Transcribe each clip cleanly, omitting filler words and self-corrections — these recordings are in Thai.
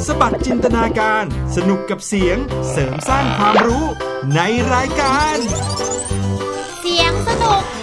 สบัดจินตนาการสนุกกับเสียงเสริมสร้างความรู้ในรายการเสียงสนุก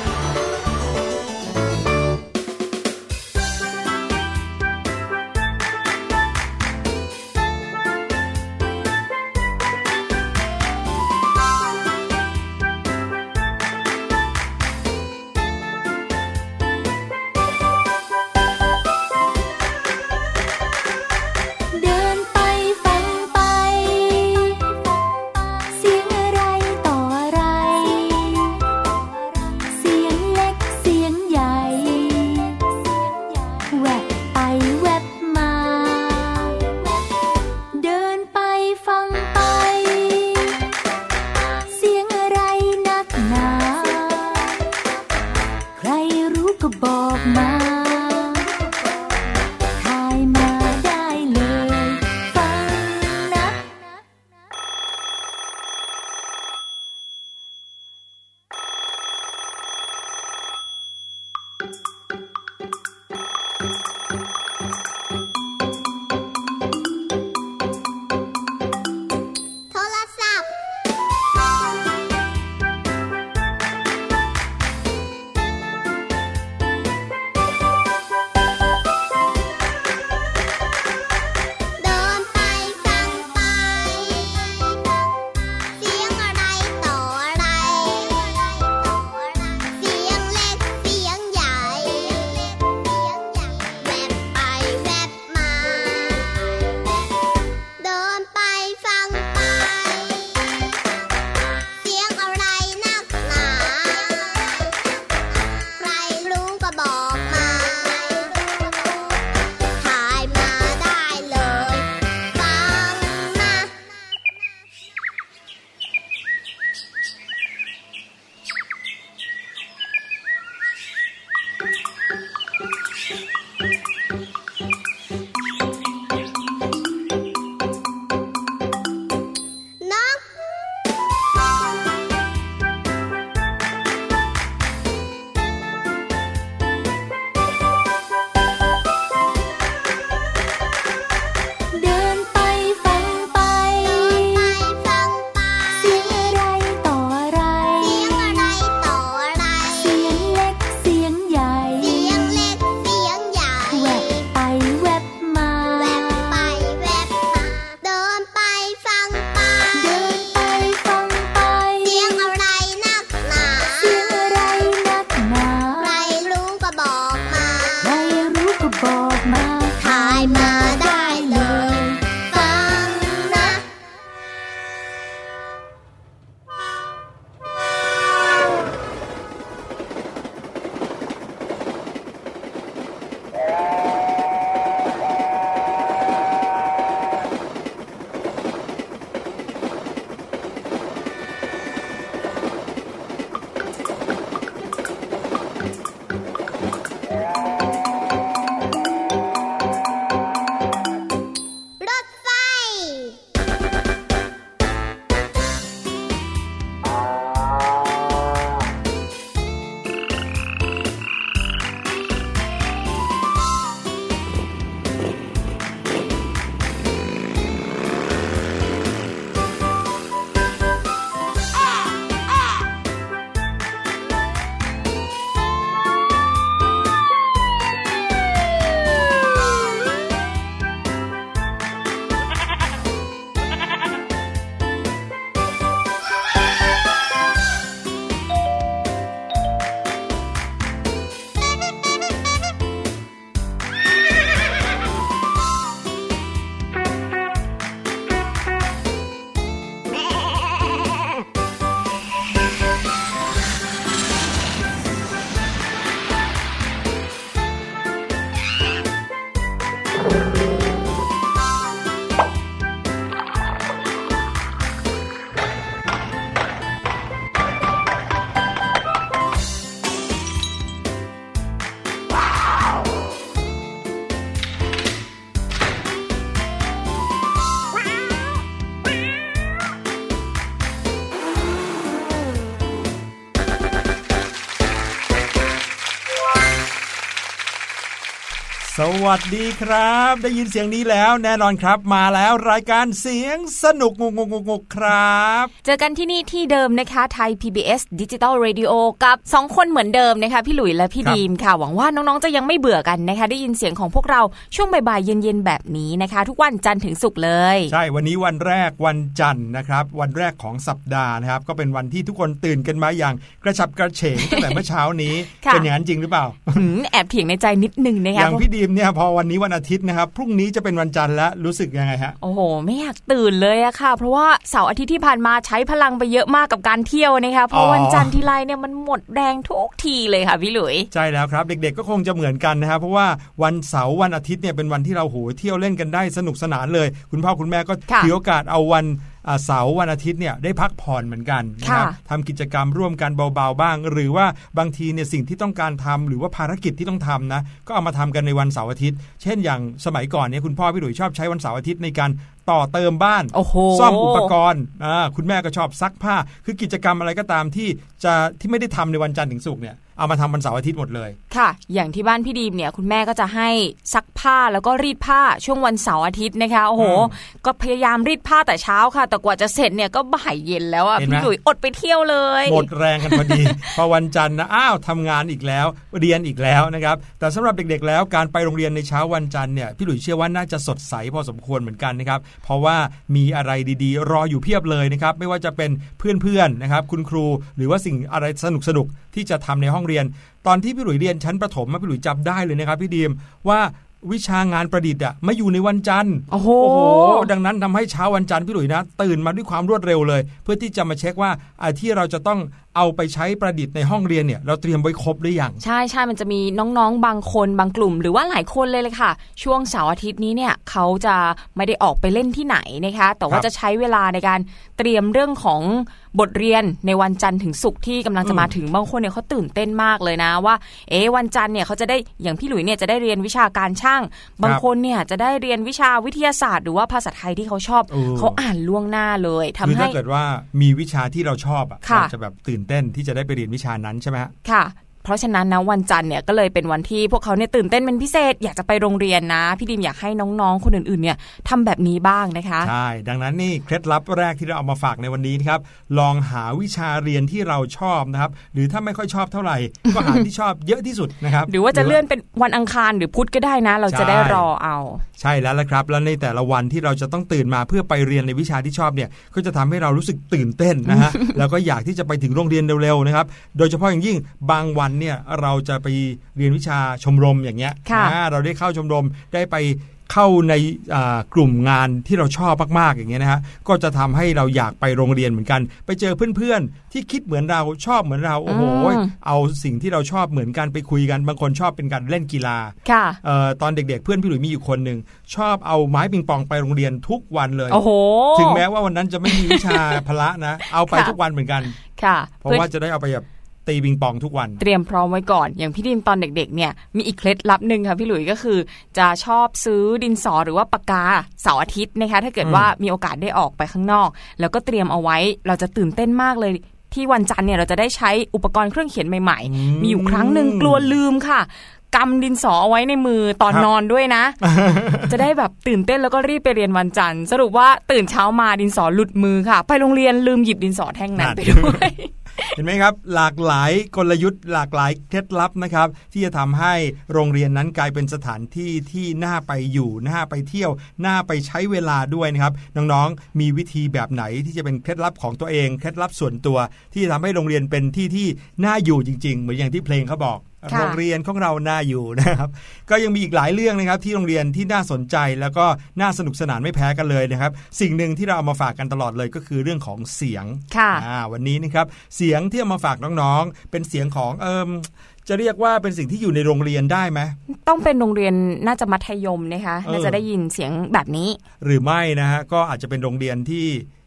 สวัสดีครับได้ยินเสียงนี้แล้วแน่นอนครับมาแล้วรายการเสียงสนุกงกครับเจอกันที่นี่ที่เดิมนะคะไทย PBS Digital Radio กับ2คนเหมือนเดิมนะคะพี่หลุยและพี่ดีมค่ะหวังว่าน้องๆจะยังไม่เบื่อกันนะคะได้ยินเสียงของพวกเราช่วงบ่ายๆเย็นๆแบบนี้นะคะทุกวันจันทร์ถึงศุกร์เลยใช่วันนี้วันแรกวันจันทร์นะครับวันแรกของสัปดาห์นะครับก็เป็นวันที่ทุกคนตื่นกันมาอย่างกระฉับกระเฉงตั้งแต่เมื่อเช้านี้ เป็นอย่างนั้นจริงหรือเปล่าแอบเถียงในใจนิดนึงนะคะอย่างพี่ดีมเนี่ยพอวันนี้วันอาทิตย์นะครับพรุ่งนี้จะเป็นวันจันทร์แล้วรู้สึกยังไงฮะโอ้โหไม่อยากตื่นเลยอะค่ะเพราะว่าเสาร์อาทิตย์ที่ผ่านมาใช้พลังไปเยอะมากกับการเที่ยวนะคะเพราะวันจันทร์ทีไรเนี่ยมันหมดแรงทุกทีเลยค่ะพี่หลุยใช่แล้วครับเด็กๆก็คงจะเหมือนกันนะครับเพราะว่าวันเสาร์วันอาทิตย์เนี่ยเป็นวันที่เราเที่ยวเล่นกันได้สนุกสนานเลยคุณพ่อคุณแม่ก็ถือโอกาสเอาวันเสาร์วันอาทิตย์เนี่ยได้พักผ่อนเหมือนกันนะครับทำกิจกรรมร่วมกันเบาๆบ้างหรือว่าบางทีเนี่ยสิ่งที่ต้องการทำหรือว่าภารกิจที่ต้องทำนะก็เอามาทำกันในวันเสาร์อาทิตย์เช่นอย่างสมัยก่อนเนี่ยคุณพ่อพี่หลุยชอบใช้วันเสาร์อาทิตย์ในการต่อเติมบ้านซ่อมอุปกรณ์คุณแม่ก็ชอบซักผ้าคือกิจกรรมอะไรก็ตามที่ไม่ได้ทำในวันจันทร์ถึงศุกร์เนี่ยเอามาทำวันเสาร์อาทิตย์หมดเลยค่ะอย่างที่บ้านพี่ดีมเนี่ยคุณแม่ก็จะให้ซักผ้าแล้วก็รีดผ้าช่วงวันเสาร์อาทิตย์นะคะโอ้โหก็พยายามรีดผ้าแต่เช้าค่ะแต่กว่าจะเสร็จเนี่ยก็บ่ายเย็นแล้วอ่ะพี่หลุยอดไปเที่ยวเลยหมดแรงกันพอดี พอวันจันทร์นะทำงานอีกแล้วเรียนอีกแล้วนะครับแต่สำหรับเด็กๆแล้วการไปโรงเรียนในเช้าวันจันทร์เนี่ยพี่หลุยเชื่อว่าน่าจะสดใสพอสมควรเหมือนกันนะครับเพราะว่ามีอะไรดีๆรออยู่เพียบเลยนะครับไม่ว่าจะเป็นเพื่อนๆนะครับคุณครูหรือว่าสิ่งอะไรสนุกๆที่จะทำในห้องเรียนตอนที่พี่หลุยเรียนชั้นประถมพี่หลุยจำได้เลยนะครับพี่ดีมว่าวิชางานประดิษฐ์มาอยู่ในวันจันทร์โอ้โหดังนั้นทำให้เช้าวันจันทร์พี่หลุยนะตื่นมาด้วยความรวดเร็วเลยเพื่อที่จะมาเช็คว่าที่เราจะต้องเอาไปใช้ประดิษฐ์ในห้องเรียนเนี่ยเราเตรียมไว้ครบหรือยังใช่ใช่มันจะมีน้องๆบางคนบางกลุ่มหรือว่าหลายคนเลยค่ะช่วงเสาร์อาทิตย์นี้เนี่ยเขาจะไม่ได้ออกไปเล่นที่ไหนนะคะแต่ว่าจะใช้เวลาในการเตรียมเรื่องของบทเรียนในวันจันทร์ถึงศุกร์ที่กำลังจะมาถึงบางคนเนี่ยเขาตื่นเต้นมากเลยนะว่าวันจันทร์เนี่ยเขาจะได้อย่างพี่หลุยเนี่ยจะได้เรียนวิชาการช่างบางคนเนี่ยจะได้เรียนวิชาวิทยาศาสตร์หรือว่าภาษาไทยที่เขาชอบเขาอ่านล่วงหน้าเลยทำให้ถ้าเกิดว่ามีวิชาที่เราชอบเราจะแบบตื่นเต้นที่จะได้ไปเรียนวิชานั้นใช่ไหมค่ะเพราะฉะนั้นนะวันจันทร์เนี่ยก็เลยเป็นวันที่พวกเขาเนี่ยตื่นเต้นเป็นพิเศษอยากจะไปโรงเรียนนะพี่ดิมอยากให้น้องๆคนอื่นๆเนี่ยทำแบบนี้บ้างนะคะใช่ดังนั้นนี่เคล็ดลับแรกที่เราเอามาฝากในวันนี้นะครับลองหาวิชาเรียนที่เราชอบนะครับหรือถ้าไม่ค่อยชอบเท่าไหร่ ก็หาที่ชอบเยอะที่สุดนะครับหรือว่าจะเลื่อนเป็นวันอังคารหรือพุธก็ได้นะเราจะได้รอเอาใช่แล้วละครับแล้วในแต่ละวันที่เราจะต้องตื่นมาเพื่อไปเรียนในวิชาที่ชอบเนี่ยก็จะทำให้เรารู้สึกตื่นเต้นนะฮะ แล้วก็อยากที่จะไปถึงโรงเรียนเร็วๆนะครับโดยเฉพาะอย่างยิ่งบางวันเนี่ยเราจะไปเรียนวิชาชมรมอย่างเงี้ยเราได้เข้าชมรมได้ไปเข้าในกลุ่มงานที่เราชอบมากๆอย่างเงี้ยนะฮะก็จะทำให้เราอยากไปโรงเรียนเหมือนกันไปเจอเพื่อนๆที่คิดเหมือนเราชอบเหมือนเราโอ้โหเอาสิ่งที่เราชอบเหมือนกันไปคุยกันบางคนชอบเป็นการเล่นกีฬาตอนเด็กๆเพื่อนพี่หลุยมีอยู่คนนึงชอบเอาไม้ปิงปองไปโรงเรียนทุกวันเลยถึงแม้ว่าวันนั้นจะไม่มีวิชาพละนะเอาไปทุกวันเหมือนกันเพราะว่าจะได้เอาไปแบบตีปิงปองทุกวันเตรียมพร้อมไว้ก่อนอย่างพี่ดิมตอนเด็กๆเนี่ยมีอีกเคล็ดลับนึงค่ะพี่หลุยก็คือจะชอบซื้อดินสอหรือว่าปากกาเสาร์อาทิตย์นะคะถ้าเกิดว่ามีโอกาสได้ออกไปข้างนอกแล้วก็เตรียมเอาไว้เราจะตื่นเต้นมากเลยที่วันจันทร์เนี่ยเราจะได้ใช้อุปกรณ์เครื่องเขียนใหม่ๆมีอยู่ครั้งนึงกลัวลืมค่ะกำดินสอเอาไว้ในมือตอนนอนด้วยนะ จะได้แบบตื่นเต้นแล้วก็รีบไปเรียนวันจันทร์สรุปว่าตื่นเช้ามาดินสอหลุดมือค่ะไปโรงเรียนลืมหยิบดินสอแท่งนั้นไปด้วยเห็นไหมครับหลากหลายกลยุทธ์หลากหลายเคล็ดลับนะครับที่จะทำให้โรงเรียนนั้นกลายเป็นสถานที่ที่น่าไปอยู่น่าไปเที่ยวน่าไปใช้เวลาด้วยนะครับน้องๆมีวิธีแบบไหนที่จะเป็นเคล็ดลับของตัวเองเคล็ดลับส่วนตัวที่จะทำให้โรงเรียนเป็นที่ที่น่าอยู่จริงๆเหมือนอย่างที่เพลงเขาบอกโรงเรียนของเราน่าอยู่นะครับก็ยังมีอีกหลายเรื่องนะครับที่โรงเรียนที่น่าสนใจแล้วก็น่าสนุกสนานไม่แพ้กันเลยนะครับสิ่งหนึ่งที่เราเอามาฝากกันตลอดเลยก็คือเรื่องของเสียงวันนี้นะครับเสียงที่เอามาฝากน้องๆเป็นเสียงของจะเรียกว่าเป็นสิ่งที่อยู่ในโรงเรียนได้ไหมต้องเป็นโรงเรียนน่าจะมัธยมนะคะน่าจะได้ยินเสียงแบบนี้หรือไม่นะฮะก็อาจจะเป็นโรงเรียนที่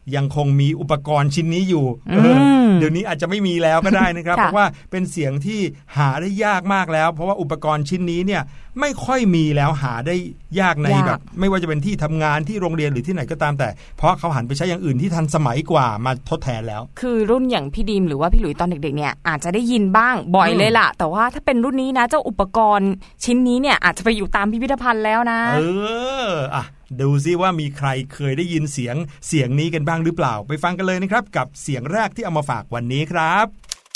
ยังคงมีอุปกรณ์ชิ้นนี้อยู่เดี๋ยวนี้อาจจะไม่มีแล้วก็ได้นะครับ เพราะว่าเป็นเสียงที่หาได้ยากมากแล้วเพราะว่าอุปกรณ์ชิ้นนี้เนี่ยไม่ค่อยมีแล้วหาได้ยากในแบบไม่ว่าจะเป็นที่ทำงานที่โรงเรียนหรือที่ไหนก็ตามแต่เพราะเขาหันไปใช้อย่างอื่นที่ทันสมัยกว่ามาทดแทนแล้วคือรุ่นอย่างพี่ดีมหรือว่าพี่หลุยตอนเด็กๆเนี่ยอาจจะได้ยินบ้างบ่อยเลยล่ะแต่ว่าถ้าเป็นรุ่นนี้นะเจ้าอุปกรณ์ชิ้นนี้เนี่ยอาจจะไปอยู่ตามพิพิธภัณฑ์แล้วนะดูซิว่ามีใครเคยได้ยินเสียงนี้กันบ้างหรือเปล่าไปฟังกันเลยนะครับกับเสียงแรกที่เอามาฝากวันนี้ครับ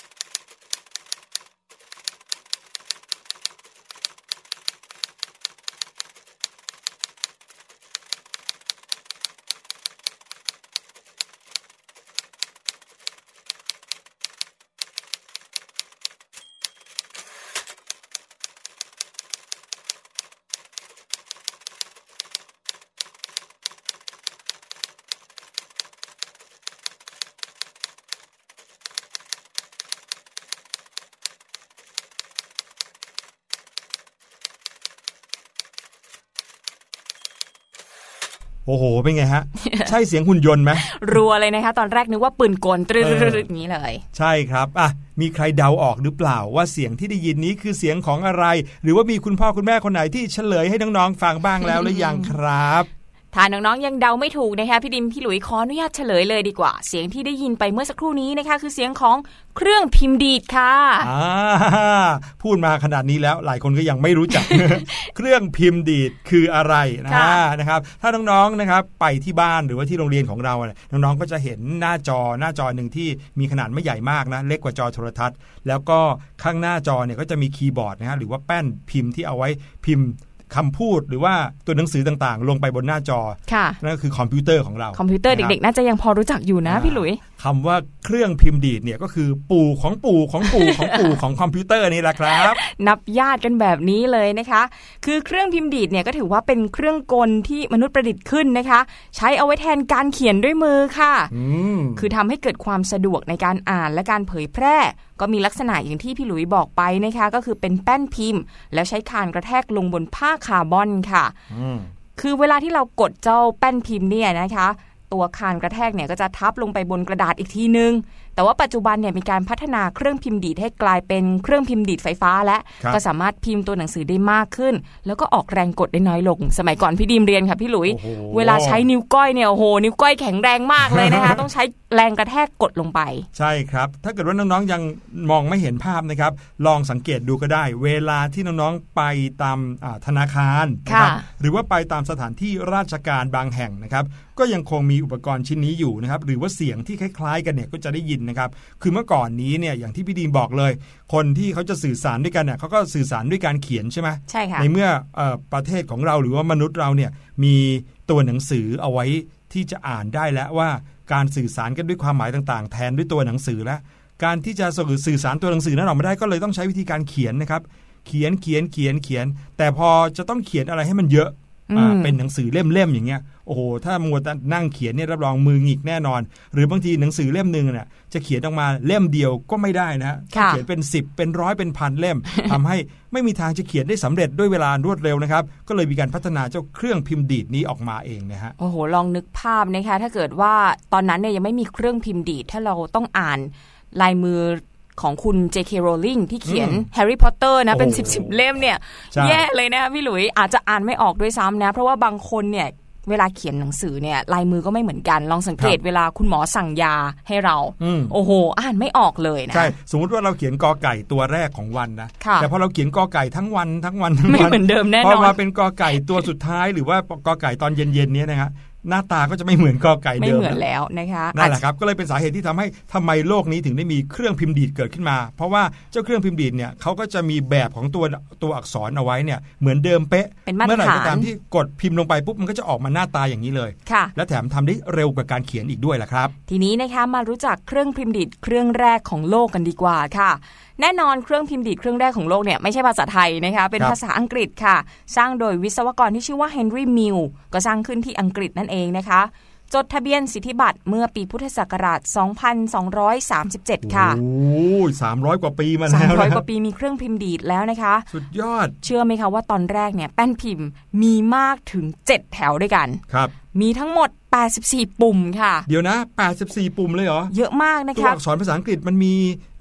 โอ้โหเป็นไงฮะ ใช่เสียงหุ่นยนต์ไหมรัวเลยนะคะตอนแรกนึกว่าปืนกลตรึ๊ดๆอย่างนี้เลยใช่ครับมีใครเดาออกหรือเปล่าว่าเสียงที่ได้ยินนี้คือเสียงของอะไรหรือว่ามีคุณพ่อคุณแม่คนไหนที่เฉลยให้น้องๆฟังบ้างแล้วหรือยังครับถ้าน้องๆยังเดาไม่ถูกนะคะพี่ดิมพี่หลุยขออนุญาตเฉลยเลยดีกว่าเสียงที่ได้ยินไปเมื่อสักครู่นี้นะคะคือเสียงของเครื่องพิมพ์ดีดค่ะพูดมาขนาดนี้แล้วหลายคนก็ยังไม่รู้จัก เครื่องพิมพ์ดีดคืออะไรนะครับถ้าน้องๆนะครับไปที่บ้านหรือว่าที่โรงเรียนของเราน้องๆก็จะเห็นหน้าจอหนึ่งที่มีขนาดไม่ใหญ่มากนะเล็กกว่าจอโทรทัศน์แล้วก็ข้างหน้าจอเนี่ยก็จะมีคีย์บอร์ดนะฮะหรือว่าแป้นพิมพ์ที่เอาไว้พิมพ์คำพูดหรือว่าตัวหนังสือต่างๆลงไปบนหน้าจอนั่นก็คือคอมพิวเตอร์ของเราคอมพิวเตอร์เด็กๆน่าจะยังพอรู้จักอยู่นะพี่หลุยคำว่าเครื่องพิมพ์ดีดเนี่ยก็คือปู่ของปู่ของปู่ของปู่ของคอมพิวเตอร์นี่แหละครับนับญาติกันแบบนี้เลยนะคะคือเครื่องพิมพ์ดีดเนี่ยก็ถือว่าเป็นเครื่องกลที่มนุษย์ประดิษฐ์ขึ้นนะคะใช้เอาไว้แทนการเขียนด้วยมือค่ะคือทำให้เกิดความสะดวกในการอ่านและการเผยแพร่ก็มีลักษณะอย่างที่พี่หลุยบอกไปนะคะก็คือเป็นแป้นพิมพ์แล้วใช้คานกระแทกลงบนผ้าคาร์บอนค่ะคือเวลาที่เรากดเจ้าแป้นพิมพ์เนี่ยนะคะตัวคานกระแทกเนี่ยก็จะทับลงไปบนกระดาษอีกทีนึงแต่ว่าปัจจุบันเนี่ยมีการพัฒนาเครื่องพิมพ์ดีดให้กลายเป็นเครื่องพิมพ์ดีดไฟฟ้าและก็สามารถพิมพ์ตัวหนังสือได้มากขึ้นแล้วก็ออกแรงกดได้น้อยลงสมัยก่อนพี่ดีมเรียนค่ะพี่หลุยเวลาใช้นิ้วก้อยเนี่ยโอ้โหนิ้วก้อยแข็งแรงมากเลยนะคะ ต้องใช้แรงกระแทกกดลงไปใช่ครับถ้าเกิดว่าน้องๆยังมองไม่เห็นภาพนะครับลองสังเกตดูก็ได้เวลาที่น้องๆไปตามธนาคารนะครับหรือว่าไปตามสถานที่ราชการบางแห่งนะครับก็ยังคงมีอุปกรณ์ชิ้นนี้อยู่นะครับหรือว่าเสียงที่คล้ายๆกันเนี่ยก็จะได้ยินนะครับคือเมื่อก่อนนี้เนี่ยอย่างที่พี่ดีมบอกเลยคนที่เขาจะสื่อสารด้วยกันเนี่ยเขาก็สื่อสารด้วยการเขียนใช่ไหมใช่ค่ะในเมื่อประเทศของเราหรือว่ามนุษย์เราเนี่ยมีตัวหนังสือเอาไว้ที่จะอ่านได้แล้วว่าการสื่อสารกันด้วยความหมายต่างๆแทนด้วยตัวหนังสือและการที่จะสื่อสารตัวหนังสือนั้นออกมาได้ก็เลยต้องใช้วิธีการเขียนนะครับเขียนแต่พอจะต้องเขียนอะไรให้มันเยอะเป็นหนังสือเล่มๆอย่างเงี้ยโอ้โหถ้ามัวแต่นั่งเขียนเนี่ยรับรองมือหงิกแน่นอนหรือบางทีหนังสือเล่มนึงเนี่ยจะเขียนออกมาเล่มเดียวก็ไม่ได้นะเขียนเป็น10เป็น100เป็นพันเล่ม ทำให้ไม่มีทางจะเขียนได้สำเร็จด้วยเวลารวดเร็วนะครับก็เลยมีการพัฒนาเจ้าเครื่องพิมพ์ดีดนี้ออกมาเองนะฮะโอ้โหลองนึกภาพนะคะถ้าเกิดว่าตอนนั้นเนี่ยยังไม่มีเครื่องพิมพ์ดีดถ้าเราต้องอ่านลายมือของคุณ J.K. Rowling ที่เขียน Harry Potter นะเป็น10เล่มเนี่ยแย่เลยนะพี่หลุยอาจจะอ่านไม่ออกด้วยซ้ำนะเพราะว่าบางคนเนี่ยเวลาเขียนหนังสือเนี่ยลายมือก็ไม่เหมือนกันลองสังเกตเวลาคุณหมอสั่งยาให้เราโอ้โหอ่านไม่ออกเลยนะใช่สมมติว่าเราเขียนกอไก่ตัวแรกของวันนะแต่พอเราเขียนกอไก่ทั้งวันไม่เหมือนเดิมแน่นอนพอมาเป็นกอไก่ตัวสุดท้ายหรือว่ากอไก่ตอนเย็นๆนี้นะฮะหน้าตาก็จะไม่เหมือนกอไก่เดิมไม่เหมือนแล้วนะคะนั่นแหละครับก็เลยเป็นสาเหตุที่ทำไมโลกนี้ถึงได้มีเครื่องพิมพ์ดีดเกิดขึ้นมาเพราะว่าเจ้าเครื่องพิมพ์ดีดเนี่ยเขาก็จะมีแบบของตัวอักษรเอาไว้เนี่ยเหมือนเดิมเป๊ะเมื่อไหร่ก็ตามที่กดพิมพ์ลงไปปุ๊บมันก็จะออกมาหน้าตาอย่างนี้เลยและแถมทำได้เร็วกว่าการเขียนอีกด้วยแหละครับทีนี้นะคะมารู้จักเครื่องพิมพ์ดีดเครื่องแรกของโลกกันดีกว่าค่ะแน่นอนเครื่องพิมพ์ดีดเครื่องแรกของโลกเนี่ยไม่ใช่ภาษาไทยนะคะเป็นภาษาอังกฤษค่ะสร้างโดยวิศวกรที่ชื่อว่าเฮนรี่มิลก็สร้างขึ้นที่อังกฤษนั่นเองนะคะจดทะเบียนสิทธิบัตรเมื่อปีพุทธศักราช 2237 ค่ะโอ้ย300 กว่าปีมาแล้ว 300 กว่าปีมีเครื่องพิมพ์ดีดแล้วนะคะสุดยอดเชื่อไหมคะว่าตอนแรกเนี่ยแป้นพิมพ์มีมากถึง7แถวด้วยกันครับมีทั้งหมด 84 ปุ่มค่ะเดี๋ยวนะ84ปุ่มเลยเหรอเยอะมากนะคะตัวอักษรภาษาอังกฤษมันมี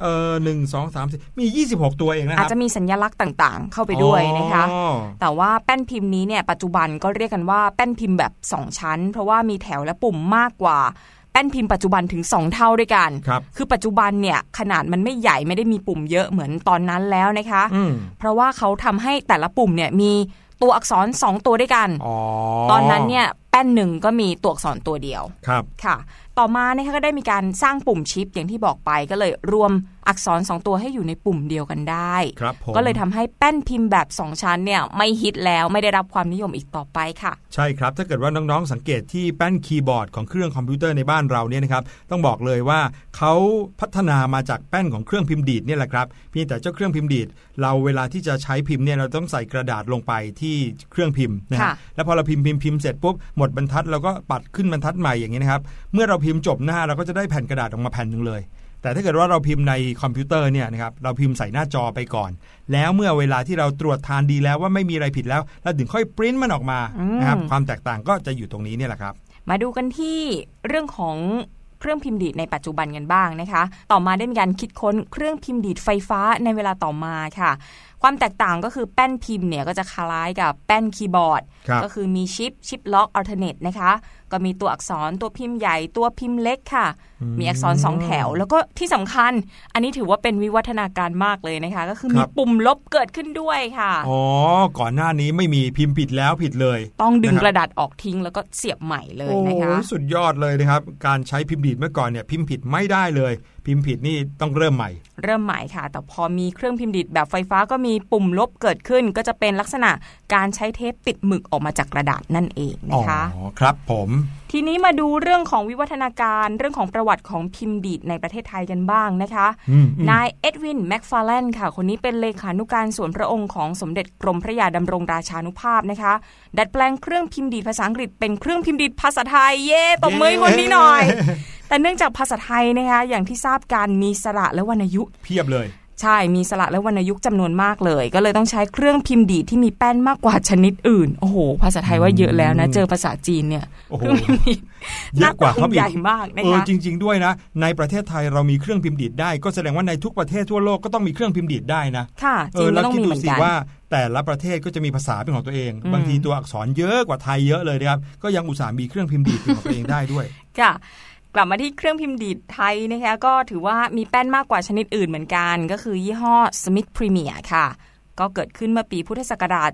1 2 3 4มี26ตัวเองนะครับอาจจะมีสัญลักษณ์ต่างๆเข้าไปด้วยนะคะแต่ว่าแป้นพิมพ์นี้เนี่ยปัจจุบันก็เรียกกันว่าแป้นพิมพ์แบบ2ชั้นเพราะว่ามีแถวและปุ่มมากกว่าแป้นพิมพ์ปัจจุบันถึง2เท่าด้วยกันคือปัจจุบันเนี่ยขนาดมันไม่ใหญ่ไม่ได้มีปุ่มเยอะเหมือนตอนนั้นแล้วนะคะเพราะว่าเขาทำให้แต่ละปุ่มเนี่ยมีตัวอักษร2ตัวด้วยกันตอนนั้นเนี่ยแป้นหนึ่งก็มีตัวอักษรตัวเดียวค่ะต่อมานะคะก็ได้มีการสร้างปุ่มชิปอย่างที่บอกไปก็เลยรวมอักษร2ตัวให้อยู่ในปุ่มเดียวกันได้ก็เลยทำให้แป้นพิมพ์แบบ2ชั้นเนี่ยไม่ฮิตแล้วไม่ได้รับความนิยมอีกต่อไปค่ะใช่ครับถ้าเกิดว่าน้องๆสังเกตที่แป้นคีย์บอร์ดของเครื่องคอมพิวเตอร์ในบ้านเราเนี่ยนะครับต้องบอกเลยว่าเขาพัฒนามาจากแป้นของเครื่องพิมพ์ดีดเนี่ยแหละครับเพียงแต่เจ้าเครื่องพิมพ์ดีดเราเวลาที่จะใช้พิมพ์เนี่ยเราต้องใส่กระดาษลงไปที่เครื่องพิมพ์นะฮะแล้วพอเราพิมพ์เสร็จปุ๊บหมดบรรทัดเราก็ปัดขึ้นบรรทัดใหม่อย่างนี้นะครับเมื่อเราพิมพ์จบหน้าเราก็จะได้แผ่นกระดาษออกมาแผ่นนึงเลยแต่ถ้าเกิดว่าเราพิมพ์ในคอมพิวเตอร์เนี่ยนะครับเราพิมพ์ใส่หน้าจอไปก่อนแล้วเมื่อเวลาที่เราตรวจทานดีแล้วว่าไม่มีอะไรผิดแล้วเราถึงค่อยปริ้นมันออกมานะครับความแตกต่างก็จะอยู่ตรงนี้เนี่ยแหละครับมาดูกันที่เรื่องของเครื่องพิมพ์ดีดในปัจจุบันกันบ้างนะคะต่อมาได้มีการคิดค้นเครื่องพิมพ์ดีดไฟฟ้าในเวลาต่อมาค่ะความแตกต่างก็คือแป้นพิมพ์เนี่ยก็จะคล้ายกับแป้นคีย์บอร์ดก็คือมีชิปล็อกอัลเทอร์เนทนะคะก็มีตัวอักษรตัวพิมพ์ใหญ่ตัวพิมพ์เล็กค่ะมีอักษร2แถวแล้วก็ที่สำคัญอันนี้ถือว่าเป็นวิวัฒนาการมากเลยนะคะก็คือมีปุ่มลบเกิดขึ้นด้วยค่ะอ๋อก่อนหน้านี้ไม่มีพิมพ์ผิดแล้วผิดเลยต้องดึงกระดาษออกทิ้งแล้วก็เสียบใหม่เลยนะคะโอ้สุดยอดเลยนะครับการใช้พิมพ์ดีดเมื่อก่อนเนี่ยพิมพ์ผิดไม่ได้เลยพิมพ์ผิดนี่ต้องเริ่มใหม่ค่ะแต่พอมีเครื่องพิมพ์ดีดแบบไฟฟ้าก็มีปุ่มลบเกิดขึ้นก็จะเป็นลักษณะการใช้เทปติดหมึกออกมาจากกระดาษนั่นเองนะคะอ๋อครับผมทีนี้มาดูเรื่องของวิวัฒนาการเรื่องของประวัติของพิมพ์ดีดในประเทศไทยกันบ้างนะคะนายเอ็ดวินแม็กฟาร์แลนด์ค่ะคนนี้เป็นเลขานุการส่วนพระองค์ของสมเด็จกรมพระยาดำรงราชานุภาพนะคะดัดแปลงเครื่องพิมพ์ดีดภาษาอังกฤษเป็นเครื่องพิมพ์ดีดภาษาไทยเย่ตบมือคนนี้หน่อยแต่เนื่องจากภาษาไทยนะคะอย่างที่ทราบกันมีสระและวรรณยุกต์เพียบเลยใช่มีสระและวรรณยุกต์จำนวนมากเลยก็เลยต้องใช้เครื่องพิมพ์ดีดที่มีแป้นมากกว่าชนิดอื่นโอ้โหภาษาไทยว่าเยอะแล้วนะเจอภาษาจีนเนี่ยเครื่องพิมพ์ดีดเยอะกว่าเขาใหญ่มากนะคะจริงๆด้วยนะในประเทศไทยเรามีเครื่องพิมพ์ดีดได้ก็แสดงว่าในทุกประเทศทั่วโลกก็ต้องมีเครื่องพิมพ์ดีดได้นะค่ะจริงก็ต้องมีเหมือนกันว่าแต่ละประเทศก็จะมีภาษาเป็นของตัวเองบางทีตัวอักษรเยอะกว่าไทยเยอะเลยนะครับก็ยังอุตส่าห์มีเครื่องพิมพ์ดีดของตัวเองได้ด้วยค่ะกลับมาที่เครื่องพิมพ์ดีดไทยนะคะก็ถือว่ามีแป้นมากกว่าชนิดอื่นเหมือนกันก็คือยี่ห้อ Smith Premier ค่ะก็เกิดขึ้นเมื่อปีพุทธศักราช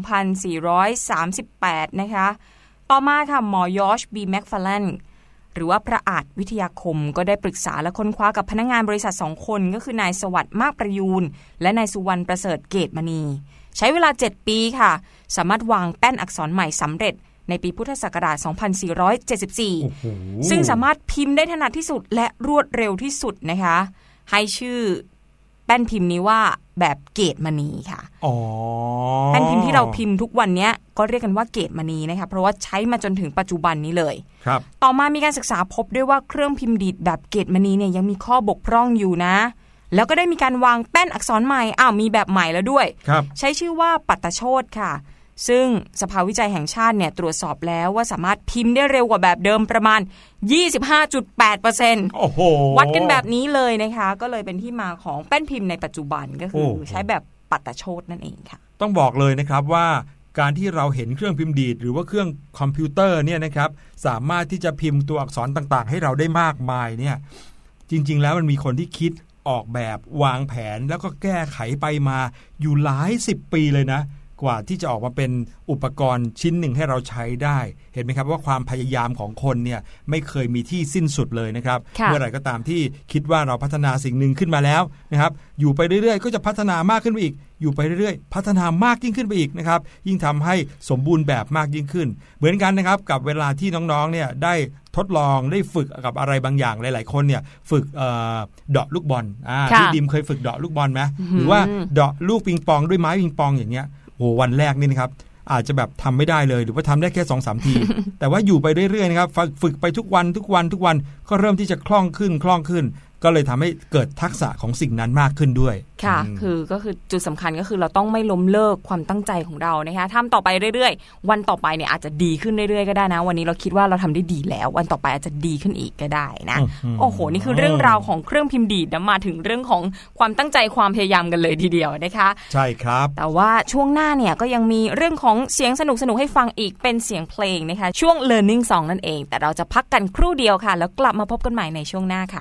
2438 นะคะต่อมาค่ะหมอยอช บี แม็กฟาร์แลนด์หรือว่าพระอาจวิทยาคมก็ได้ปรึกษาและค้นคว้ากับพนักงานบริษัท2คนก็คือนายสวัสดิ์มากประยูนและนายสุวรรณประเสริฐเกตมณีใช้เวลา7ปีค่ะสามารถวางแป้นอักษรใหม่สำเร็จในปีพุทธศักราช 2474 ซึ่งสามารถพิมพ์ได้ถนัดที่สุดและรวดเร็วที่สุดนะคะให้ชื่อแป้นพิมพ์นี้ว่าแบบเกตมณีค่ะแป้นพิมพ์ที่เราพิมพ์ทุกวันนี้ก็เรียกกันว่าเกตมณีนะคะเพราะว่าใช้มาจนถึงปัจจุบันนี้เลยครับต่อมามีการศึกษาพบด้วยว่าเครื่องพิมพ์ดีดแบบเกตมณีเนี่ยยังมีข้อบกพร่องอยู่นะแล้วก็ได้มีการวางแป้นอักษรใหม่มีแบบใหม่แล้วด้วยใช้ชื่อว่าปัตตโชติค่ะซึ่งสภาวิจัยแห่งชาติเนี่ยตรวจสอบแล้วว่าสามารถพิมพ์ได้เร็วกว่าแบบเดิมประมาณ 25.8% โอ้โหวัดกันแบบนี้เลยนะคะก็เลยเป็นที่มาของแป้นพิมพ์ในปัจจุบันก็คือใช้แบบปัตตโชตินั่นเองค่ะต้องบอกเลยนะครับว่าการที่เราเห็นเครื่องพิมพ์ดีดหรือว่าเครื่องคอมพิวเตอร์เนี่ยนะครับสามารถที่จะพิมพ์ตัวอักษรต่างๆให้เราได้มากมายเนี่ยจริงๆแล้วมันมีคนที่คิดออกแบบวางแผนแล้วก็แก้ไขไปมาอยู่หลาย10 ปีเลยนะกว่าที่จะออกมาเป็นอุปกรณ์ชิ้นหนึ่งให้เราใช้ได้เห็นไหมครับว่าความพยายามของคนเนี่ยไม่เคยมีที่สิ้นสุดเลยนะครับเมื่อไหร่ก็ตามที่คิดว่าเราพัฒนาสิ่งหนึ่งขึ้นมาแล้วนะครับอยู่ไปเรื่อยๆก็จะพัฒนามากขึ้นไปอีกอยู่ไปเรื่อยๆพัฒนามากยิ่งขึ้นไปอีกนะครับยิ่งทำให้สมบูรณ์แบบมากยิ่งขึ้นเหมือนกันนะครับกับเวลาที่น้องๆเนี่ยได้ทดลองได้ฝึกกับอะไรบางอย่างหลายๆคนเนี่ยฝึกเดาะลูกบอลที่ดิมเคยฝึกเดาะลูกบอลไหมหรือว่าเดาะลูกปิงปองด้วยไม้ปิงปองอย่างเงี้ยโอ้วันแรกนี่นะครับอาจจะแบบทำไม่ได้เลยหรือว่าทำได้แค่ 2-3 ที แต่ว่าอยู่ไปเรื่อยๆนะครับฝึกไปทุกวันก็เริ่มที่จะคล่องขึ้นก็เลยทำให้เกิดทักษะของสิ่งนั้นมากขึ้นด้วยค่ะก็คือจุดสำคัญก็คือเราต้องไม่ล้มเลิกความตั้งใจของเรานะคะทำต่อไปเรื่อยๆวันต่อไปเนี่ยอาจจะดีขึ้นเรื่อยๆก็ได้นะวันนี้เราคิดว่าเราทำได้ดีแล้ววันต่อไปอาจจะดีขึ้นอีกก็ได้นะโอ้โหนี่คือเรื่องราวของเครื่องพิมพ์ดีดนะมาถึงเรื่องของความตั้งใจความพยายามกันเลยทีเดียวนะคะใช่ครับแต่ว่าช่วงหน้าเนี่ยก็ยังมีเรื่องของเสียงสนุกๆให้ฟังอีกเป็นเสียงเพลงนะคะช่วง Learning Song นั่นเองแต่เราจะพักกันครู่เดียวค่ะแล้วกลับมาพบกันใหม่ในช่วงหน้าค่ะ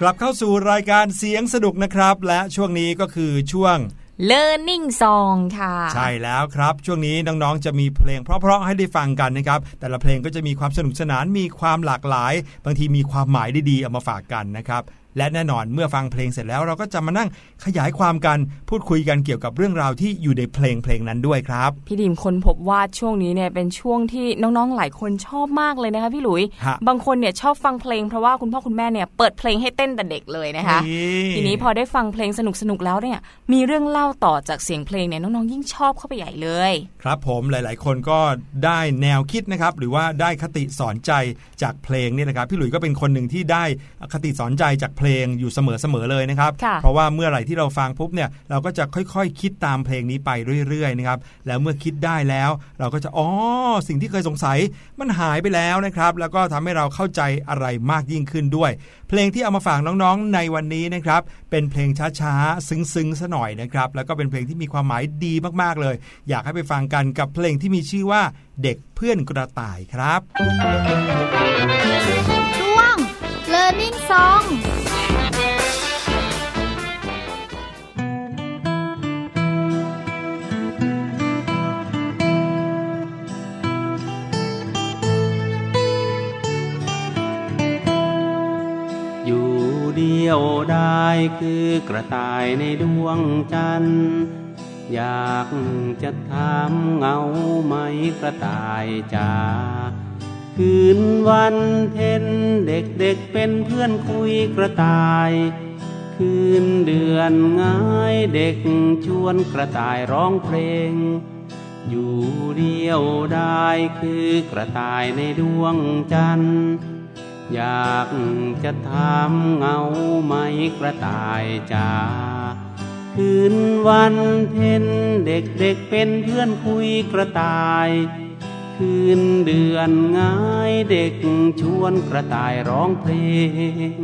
กลับเข้าสู่รายการเสียงสนุกนะครับและช่วงนี้ก็คือช่วง Learning Song ค่ะใช่แล้วครับช่วงนี้น้องๆจะมีเพลงเพราะๆให้ได้ฟังกันนะครับแต่ละเพลงก็จะมีความสนุกสนานมีความหลากหลายบางทีมีความหมายดีๆเอามาฝากกันนะครับและแน่นอนเมื่อฟังเพลงเสร็จแล้วเราก็จะมานั่งขยายความกันพูดคุยกันเกี่ยวกับเรื่องราวที่อยู่ในเพลงนั้นด้วยครับพี่ดิมค้นพบว่าช่วงนี้เนี่ยเป็นช่วงที่น้องๆหลายคนชอบมากเลยนะคะพี่หลุยบางคนเนี่ยชอบฟังเพลงเพราะว่าคุณพ่อคุณแม่เนี่ยเปิดเพลงให้เต้นแต่เด็กเลยนะคะทีนี้พอได้ฟังเพลงสนุกๆแล้วเนี่ยมีเรื่องเล่าต่อจากเสียงเพลงเนี่ยน้องๆยิ่งชอบเข้าไปใหญ่เลยครับผมหลายๆคนก็ได้แนวคิดนะครับหรือว่าได้คติสอนใจจากเพลงนี่นะครับพี่หลุยก็เป็นคนหนึ่งที่ได้คติสอนใจจากเพลงอยู่เสมอเลยนะครับเพราะว่าเมื่อไหร่ที่เราฟังปุ๊บเนี่ยเราก็จะค่อยๆคิดตามเพลงนี้ไปเรื่อยๆนะครับแล้วเมื่อคิดได้แล้วเราก็จะสิ่งที่เคยสงสัยมันหายไปแล้วนะครับแล้วก็ทำให้เราเข้าใจอะไรมากยิ่งขึ้นด้วยเพลงที่เอามาฝากน้องๆในวันนี้นะครับเป็นเพลงช้าๆซึ้งๆซะหน่อยนะครับแล้วก็เป็นเพลงที่มีความหมายดีมากๆเลยอยากให้ไปฟังกันกับเพลงที่มีชื่อว่าเด็กเพื่อนกระต่ายครับช่วง Learning Song เดียวได้คือกระต่ายในดวงจันทร์อยากจะถามเงาไหมกระต่ายจ๋าคืนวันเพ็ญเด็กๆเป็นเพื่อนคุยกระต่ายคืนเดือนง่ายเด็กชวนกระต่ายร้องเพลงอยู่เดียวได้คือกระต่ายในดวงจันทร์อยากจะถามเงาไหมกระต่ายจ๋าคืนวันเพ็ญเด็กๆเป็นเพื่อนคุยกระต่ายคืนเดือนง่ายเด็กชวนกระต่ายร้องเพลง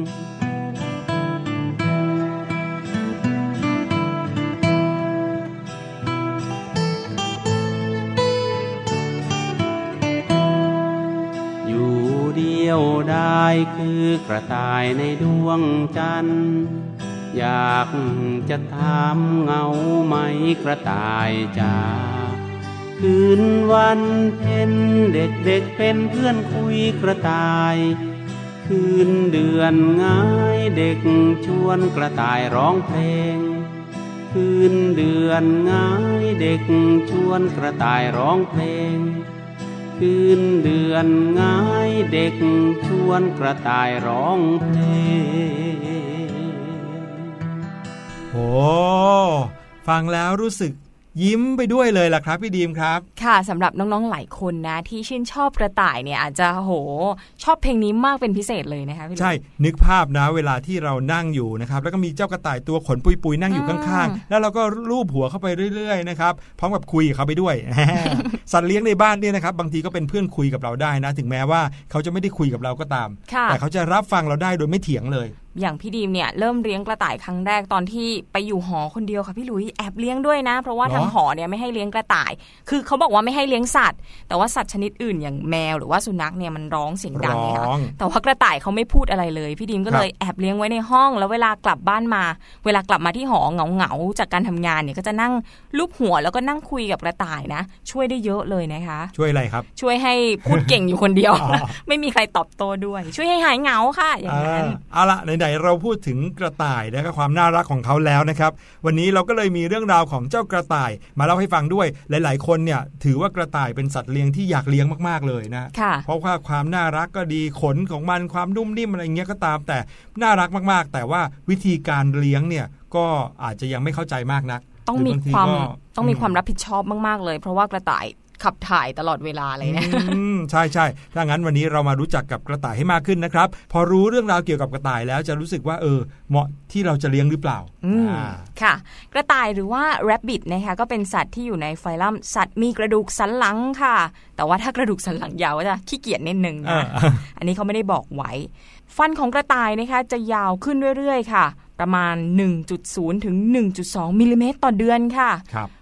เดียวได้คือกระต่ายในดวงจันทร์อยากจะถามเงาไหมกระต่ายจ๋าคืนวันเพ็ญเด็กๆเป็นเพื่อนคุยกระต่ายคืนเดือนง่ายเด็กชวนกระต่ายร้องเพลงคืนเดือนง่ายเด็กชวนกระต่ายร้องเพลงคืนเดือนง่ายเด็กชวนกระต่ายร้องเพลงโอ้ฟังแล้วรู้สึกยิ้มไปด้วยเลยล่ะครับพี่ดีมครับค่ะสำหรับน้องๆหลายคนนะที่ชื่นชอบกระต่ายเนี่ยอาจจะชอบเพลงนี้มากเป็นพิเศษเลยนะคะพี่ใช่นึกภาพนะเวลาที่เรานั่งอยู่นะครับแล้วก็มีเจ้ากระต่ายตัวขนปุยๆนั่งอยู่ข้างๆแล้วเราก็ลูบหัวเข้าไปเรื่อยๆนะครับพร้อมกับคุยกับเขาไปด้วย สัตว์เลี้ยงในบ้านเนี่ยนะครับบางทีก็เป็นเพื่อนคุยกับเราได้นะถึงแม้ว่าเขาจะไม่ได้คุยกับเราก็ตามแต่เขาจะรับฟังเราได้โดยไม่เถียงเลยอย่างพี่ดีมเนี่ยเริ่มเลี้ยงกระต่ายครั้งแรกตอนที่ไปอยู่หอคนเดียวค่ะพี่ลุยแอบเลี้ยงด้วยนะเพราะว่าทางหอเนี่ยไม่ให้เลี้ยงกระต่ายคือเขาบอกว่าไม่ให้เลี้ยงสัตว์แต่ว่าสัตว์ชนิดอื่นอย่างแมวหรือว่าสุนัขเนี่ยมันร้องเสียงดังไงคะแต่ว่ากระต่ายเขาไม่พูดอะไรเลยพี่ดีมก็เลยแอบเลี้ยงไว้ในห้องแล้วเวลากลับบ้านมาเวลากลับมาที่หอเหงาจากการทำงานเนี่ยก็จะนั่งลูบหัวแล้วก็นั่งคุยกับกระต่ายนะช่วยได้เยอะเลยนะคะช่วยอะไรครับช่วยให้พูดเก่งอยู่คนเดียว ไม่มีใครตอบโต้ด้วยช่วยให้หายเหงาค่ะอย่างนั้นเอาละไหนๆเราพูดถึงกระต่ายและก็ความน่ารักของเขาแล้วนะครับวันนี้เราก็เลยมีเรื่องราวของเจ้ากระต่ายมาเล่าให้ฟังด้วยหลายๆคนเนี่ยถือว่ากระต่ายเป็นสัตว์เลี้ยงที่อยากเลี้ยงมากๆเลยนะเพราะว่าความน่ารักก็ดีขนของมันความนุ่มนิ่มอะไรเงี้ยก็ตามแต่น่ารักมากๆแต่ว่าวิธีการเลี้ยงเนี่ยก็อาจจะยังไม่เข้าใจมากนักต้องมีความรับผิดชอบมากๆเลยเพราะว่ากระต่ายขับถ่ายตลอดเวลาเลยนะใช่ๆถ้างั้นวันนี้เรามารู้จักกับกระต่ายให้มากขึ้นนะครับพอรู้เรื่องราวเกี่ยวกับกระต่ายแล้วจะรู้สึกว่าเหมาะที่เราจะเลี้ยงหรือเปล่าค่ะกระต่ายหรือว่า rabbit นะคะก็เป็นสัตว์ที่อยู่ในไฟลัมสัตว์มีกระดูกสันหลังค่ะแต่ว่าถ้ากระดูกสันหลังยาวจะขี้เกียจนิดนึงนะอันนี้เขาไม่ได้บอกไว้ฟันของกระต่ายนะคะจะยาวขึ้นเรื่อยๆค่ะประมาณ 1.0 ถึง 1.2 มิลลิเมตรต่อเดือนค่ะ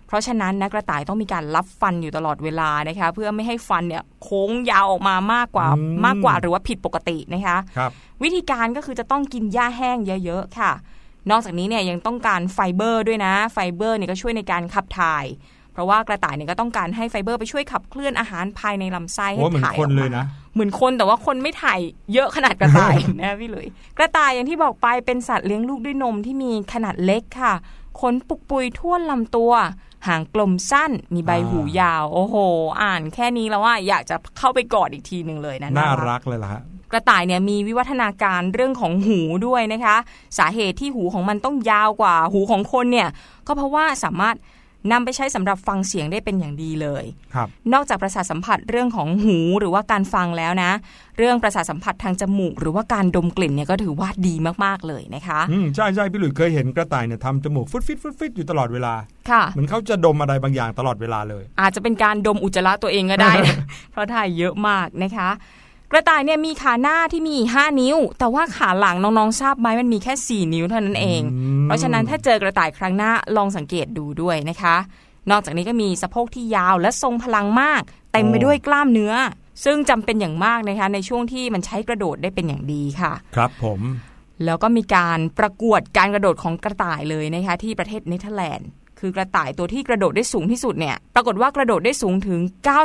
เพราะฉะนั้นนะกระต่ายต้องมีการลับฟันอยู่ตลอดเวลานะคะเพื่อไม่ให้ฟันเนี่ยโค้งยาวออกมามากกว่าหรือว่าผิดปกตินะคะวิธีการก็คือจะต้องกินหญ้าแห้งเยอะๆค่ะนอกจากนี้เนี่ยยังต้องการไฟเบอร์ด้วยนะไฟเบอร์เนี่ยก็ช่วยในการขับถ่ายเพราะว่ากระต่ายเนี่ยก็ต้องการให้ไฟเบอร์ไปช่วยขับเคลื่อนอาหารภายในลำไส้ให้ถ่ายออกมาเหมือนคนแต่ว่าคนไม่ถ่ายเยอะขนาดกระต่าย นะพี่หลุยกระต่ายอย่างที่บอกไปเป็นสัตว์เลี้ยงลูกด้วยนมที่มีขนาดเล็กค่ะขนปุกปุยทั่วลำตัวหางกลมสั้นมีใบหูยาวโอ้โหอ่านแค่นี้แล้วว่าอยากจะเข้าไปกอดอีกทีนึงเลยนะน่ารักเลยล่ะกระต่ายเนี่ยมีวิวัฒนาการเรื่องของหูด้วยนะคะสาเหตุที่หูของมันต้องยาวกว่าหูของคนเนี่ยก็เพราะว่าสามารถนำไปใช้สำหรับฟังเสียงได้เป็นอย่างดีเลยนอกจากประสาทสัมผัสเรื่องของหูหรือว่าการฟังแล้วนะเรื่องประสาทสัมผัสทางจมูกหรือว่าการดมกลิ่นเนี่ยก็ถือว่าดีมากๆเลยนะคะใช่ๆพี่หลุยเคยเห็นกระต่ายเนี่ยทำจมูกฟุดฟิตฟุดฟิตอยู่ตลอดเวลาเหมือนเขาจะดมอะไรบางอย่างตลอดเวลาเลยอาจจะเป็นการดมอุจจาระตัวเองก็ได้ เพราะถ่ายเยอะมากนะคะกระต่ายเนี่ยมีขาหน้าที่มี5นิ้วแต่ว่าขาหลังน้องๆทราบไหมมันมีแค่4นิ้วเท่านั้นเองเพราะฉะนั้นถ้าเจอกระต่ายครั้งหน้าลองสังเกตดูด้วยนะคะนอกจากนี้ก็มีสะโพกที่ยาวและทรงพลังมากเต็มไปด้วยกล้ามเนื้อซึ่งจำเป็นอย่างมากนะคะในช่วงที่มันใช้กระโดดได้เป็นอย่างดีค่ะครับผมแล้วก็มีการประกวดการกระโดดของกระต่ายเลยนะคะที่ประเทศเนเธอร์แลนด์คือกระต่ายตัวที่กระโดดได้สูงที่สุดเนี่ยปรากฏว่ากระโดดได้สูงถึง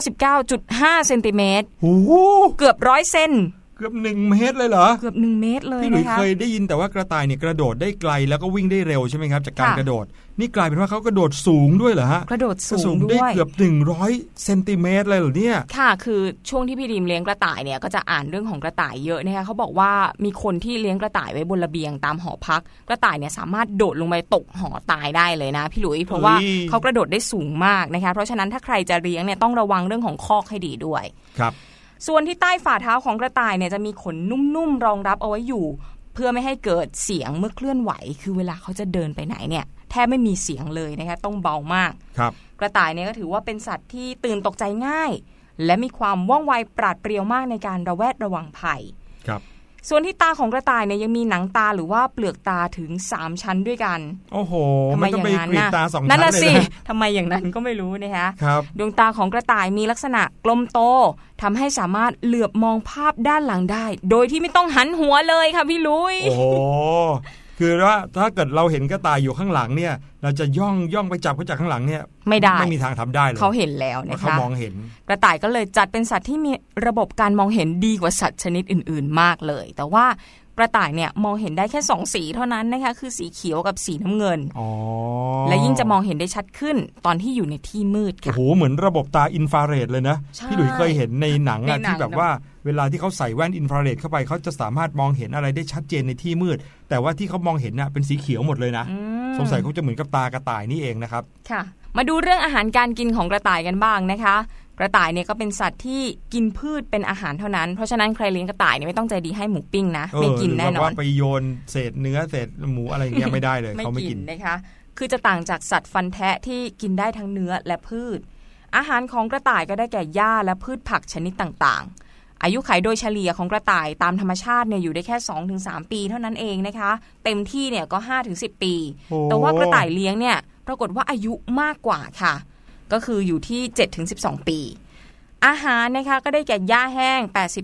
99.5 เซนติเมตรเกือบ100 เซนเกือบ1 เมตรเลยเหรอเกือบ1 เมตรเลยนะคะพี่หลุยเคยได้ยินแต่ว่ากระต่ายเนี่ยกระโดดได้ไกลแล้วก็วิ่งได้เร็วใช่ไหมครับจากการกระโดดนี่กลายเป็นว่าเขากระโดดสูงด้วยเหรอฮะกระโดดสูงด้วยได้เกือบ100 เซนติเมตรเลยเหรอเนี่ยค่ะคือช่วงที่พี่ดิมเลี้ยงกระต่ายเนี่ยก็จะอ่านเรื่องของกระต่ายเยอะนะคะเขาบอกว่ามีคนที่เลี้ยงกระต่ายไว้บนระเบียงตามหอพักกระต่ายเนี่ยสามารถโดดลงไปตกหอตายได้เลยนะพี่หลุยเพราะว่าเขากระโดดได้สูงมากนะคะเพราะฉะนั้นถ้าใครจะเลี้ยงเนี่ยต้องระวังเรื่องของคอกให้ดีด้วยครับส่วนที่ใต้ฝ่าเท้าของกระต่ายเนี่ยจะมีขนนุ่มๆรองรับเอาไว้อยู่เพื่อไม่ให้เกิดเสียงเมื่อเคลื่อนไหวคือเวลาเขาจะเดินไปไหนเนี่ยแทบไม่มีเสียงเลยนะคะต้องเบามากครับกระต่ายเนี่ยก็ถือว่าเป็นสัตว์ที่ตื่นตกใจง่ายและมีความว่องไวปราดเปรียวมากในการระแวดระวังภัยครับส่วนที่ตาของกระต่ายเนี่ยยังมีหนังตาหรือว่าเปลือกตาถึง3ชั้นด้วยกันโอ้โหมันต้องไปกรีดตา2ชั้นนั่นน่ะสิทำไมอย่างนั้นก็ไม่รู้นะคะดวงตาของกระต่ายมีลักษณะกลมโตทำให้สามารถเหลือบมองภาพด้านหลังได้โดยที่ไม่ต้องหันหัวเลยค่ะพี่ลุยโอ้โหคือว่าถ้าเกิดเราเห็นกระต่ายอยู่ข้างหลังเนี่ยเราจะย่องไปจับเขาจากข้างหลังเนี่ยไม่มีทางทำได้เลยเขาเห็นแล้วนะคะเขามองเห็นกระต่ายก็เลยจัดเป็นสัตว์ที่มีระบบการมองเห็นดีกว่าสัตว์ชนิดอื่นๆมากเลยแต่ว่ากระต่ายเนี่ยมองเห็นได้แค่2สีเท่านั้นนะคะคือสีเขียวกับสีน้ำเงินและยิ่งจะมองเห็นได้ชัดขึ้นตอนที่อยู่ในที่มืดค่ะโอ้โหเหมือนระบบตาอินฟราเรดเลยนะพี่หลุยเคยเห็นในหนังที่แบบว่าเวลาที่เขาใส่แว่นอินฟราเรดเข้าไปเขาจะสามารถมองเห็นอะไรได้ชัดเจนในที่มืดแต่ว่าที่เขามองเห็นน่ะเป็นสีเขียวหมดเลยนะสงสัยเขาจะเหมือนกับตากระต่ายนี่เองนะครับค่ะมาดูเรื่องอาหารการกินของกระต่ายกันบ้างนะคะกระต่ายเนี่ยก็เป็นสัตว์ที่กินพืชเป็นอาหารเท่านั้นเพราะฉะนั้นใครเลี้ยงกระต่ายเนี่ยไม่ต้องใจดีให้หมูปิ้งนะไม่กินแน่นอนว่าไปโยนเศษเนื้อเศษหมูอะไรอย่างเงี้ยไม่ได้เลยเขาไม่กินนะคะคือจะต่างจากสัตว์ฟันแทะที่กินได้ทั้งเนื้อและพืชอาหารของกระต่ายก็ได้แก่หญ้าและพืชผักชนิดต่างๆอายุขัยโดยเฉลี่ยของกระต่ายตามธรรมชาติเนี่ยอยู่ได้แค่ 2-3 ปีเท่านั้นเองนะคะเต็มที่เนี่ยก็ 5-10 ปีแต่ว่ากระต่ายเลี้ยงเนี่ยปรากฏว่าอายุมากกว่าค่ะก็คืออยู่ที่ 7-12 ปีอาหารนะคะก็ได้แก่หญ้าแห้ง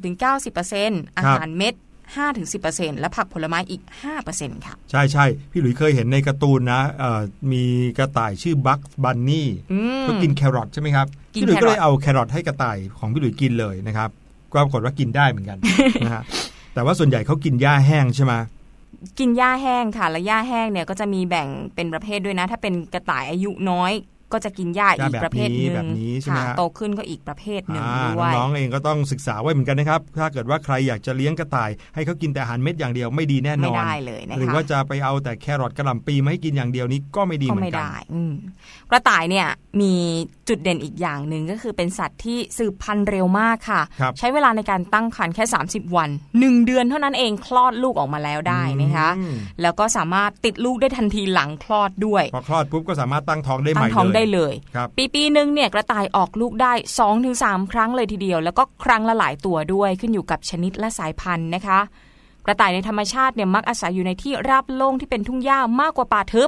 80-90% อาหารเม็ด 5-10% และผักผลไม้อีก 5% ค่ะใช่ๆพี่หลุยเคยเห็นในการ์ตูนนะมีกระต่ายชื่อบัคบันนี่ก็กินแครอทใช่ไหมครับพี่หลุยก็เลยเอาแครอทให้กระต่ายของพี่หลุยกินเลยนะครับปรากฏว่ากินได้เหมือนกัน นะฮะแต่ว่าส่วนใหญ่เขากินหญ้าแห้งใช่ไหมกินหญ้าแห้งค่ะและหญ้าแห้งเนี่ยก็จะมีแบ่งเป็นประเภทด้วยนะถ้าเป็นกระต่ายอายุน้อยก็จะกินหญ้าอีกประเภทนึงโตขึ้นก็อีกประเภทนึงด้วยน้องเองก็ต้องศึกษาไว้เหมือนกันนะครับถ้าเกิดว่าใครอยากจะเลี้ยงกระต่ายให้เขากินแต่อาหารเม็ดอย่างเดียวไม่ดีแน่นอนไม่ได้เลยนะคะหรือว่าจะไปเอาแต่แครอทกระหล่ำปีมาให้กินอย่างเดียวนี้ก็ไม่ดีเหมือนกันกระต่ายเนี่ยมีจุดเด่นอีกอย่างนึงก็คือเป็นสัตว์ที่สืบพันธุ์เร็วมากค่ะใช้เวลาในการตั้งครรภ์แค่30วัน1เดือนเท่านั้นเองคลอดลูกออกมาแล้วได้นะคะแล้วก็สามารถติดลูกได้ทันทีหลังคลอดด้วยพอคลอดปุ๊บก็สามารถตั้งท้องได้ใหม่เลยปีนึงเนี่ยกระต่ายออกลูกได้ 2-3 ครั้งเลยทีเดียวแล้วก็ครั้งละหลายตัวด้วยขึ้นอยู่กับชนิดและสายพันธุ์นะคะกระต่ายในธรรมชาติเนี่ยมักอาศัยอยู่ในที่ราบโล่งที่เป็นทุ่งหญ้ามากกว่าป่าทึบ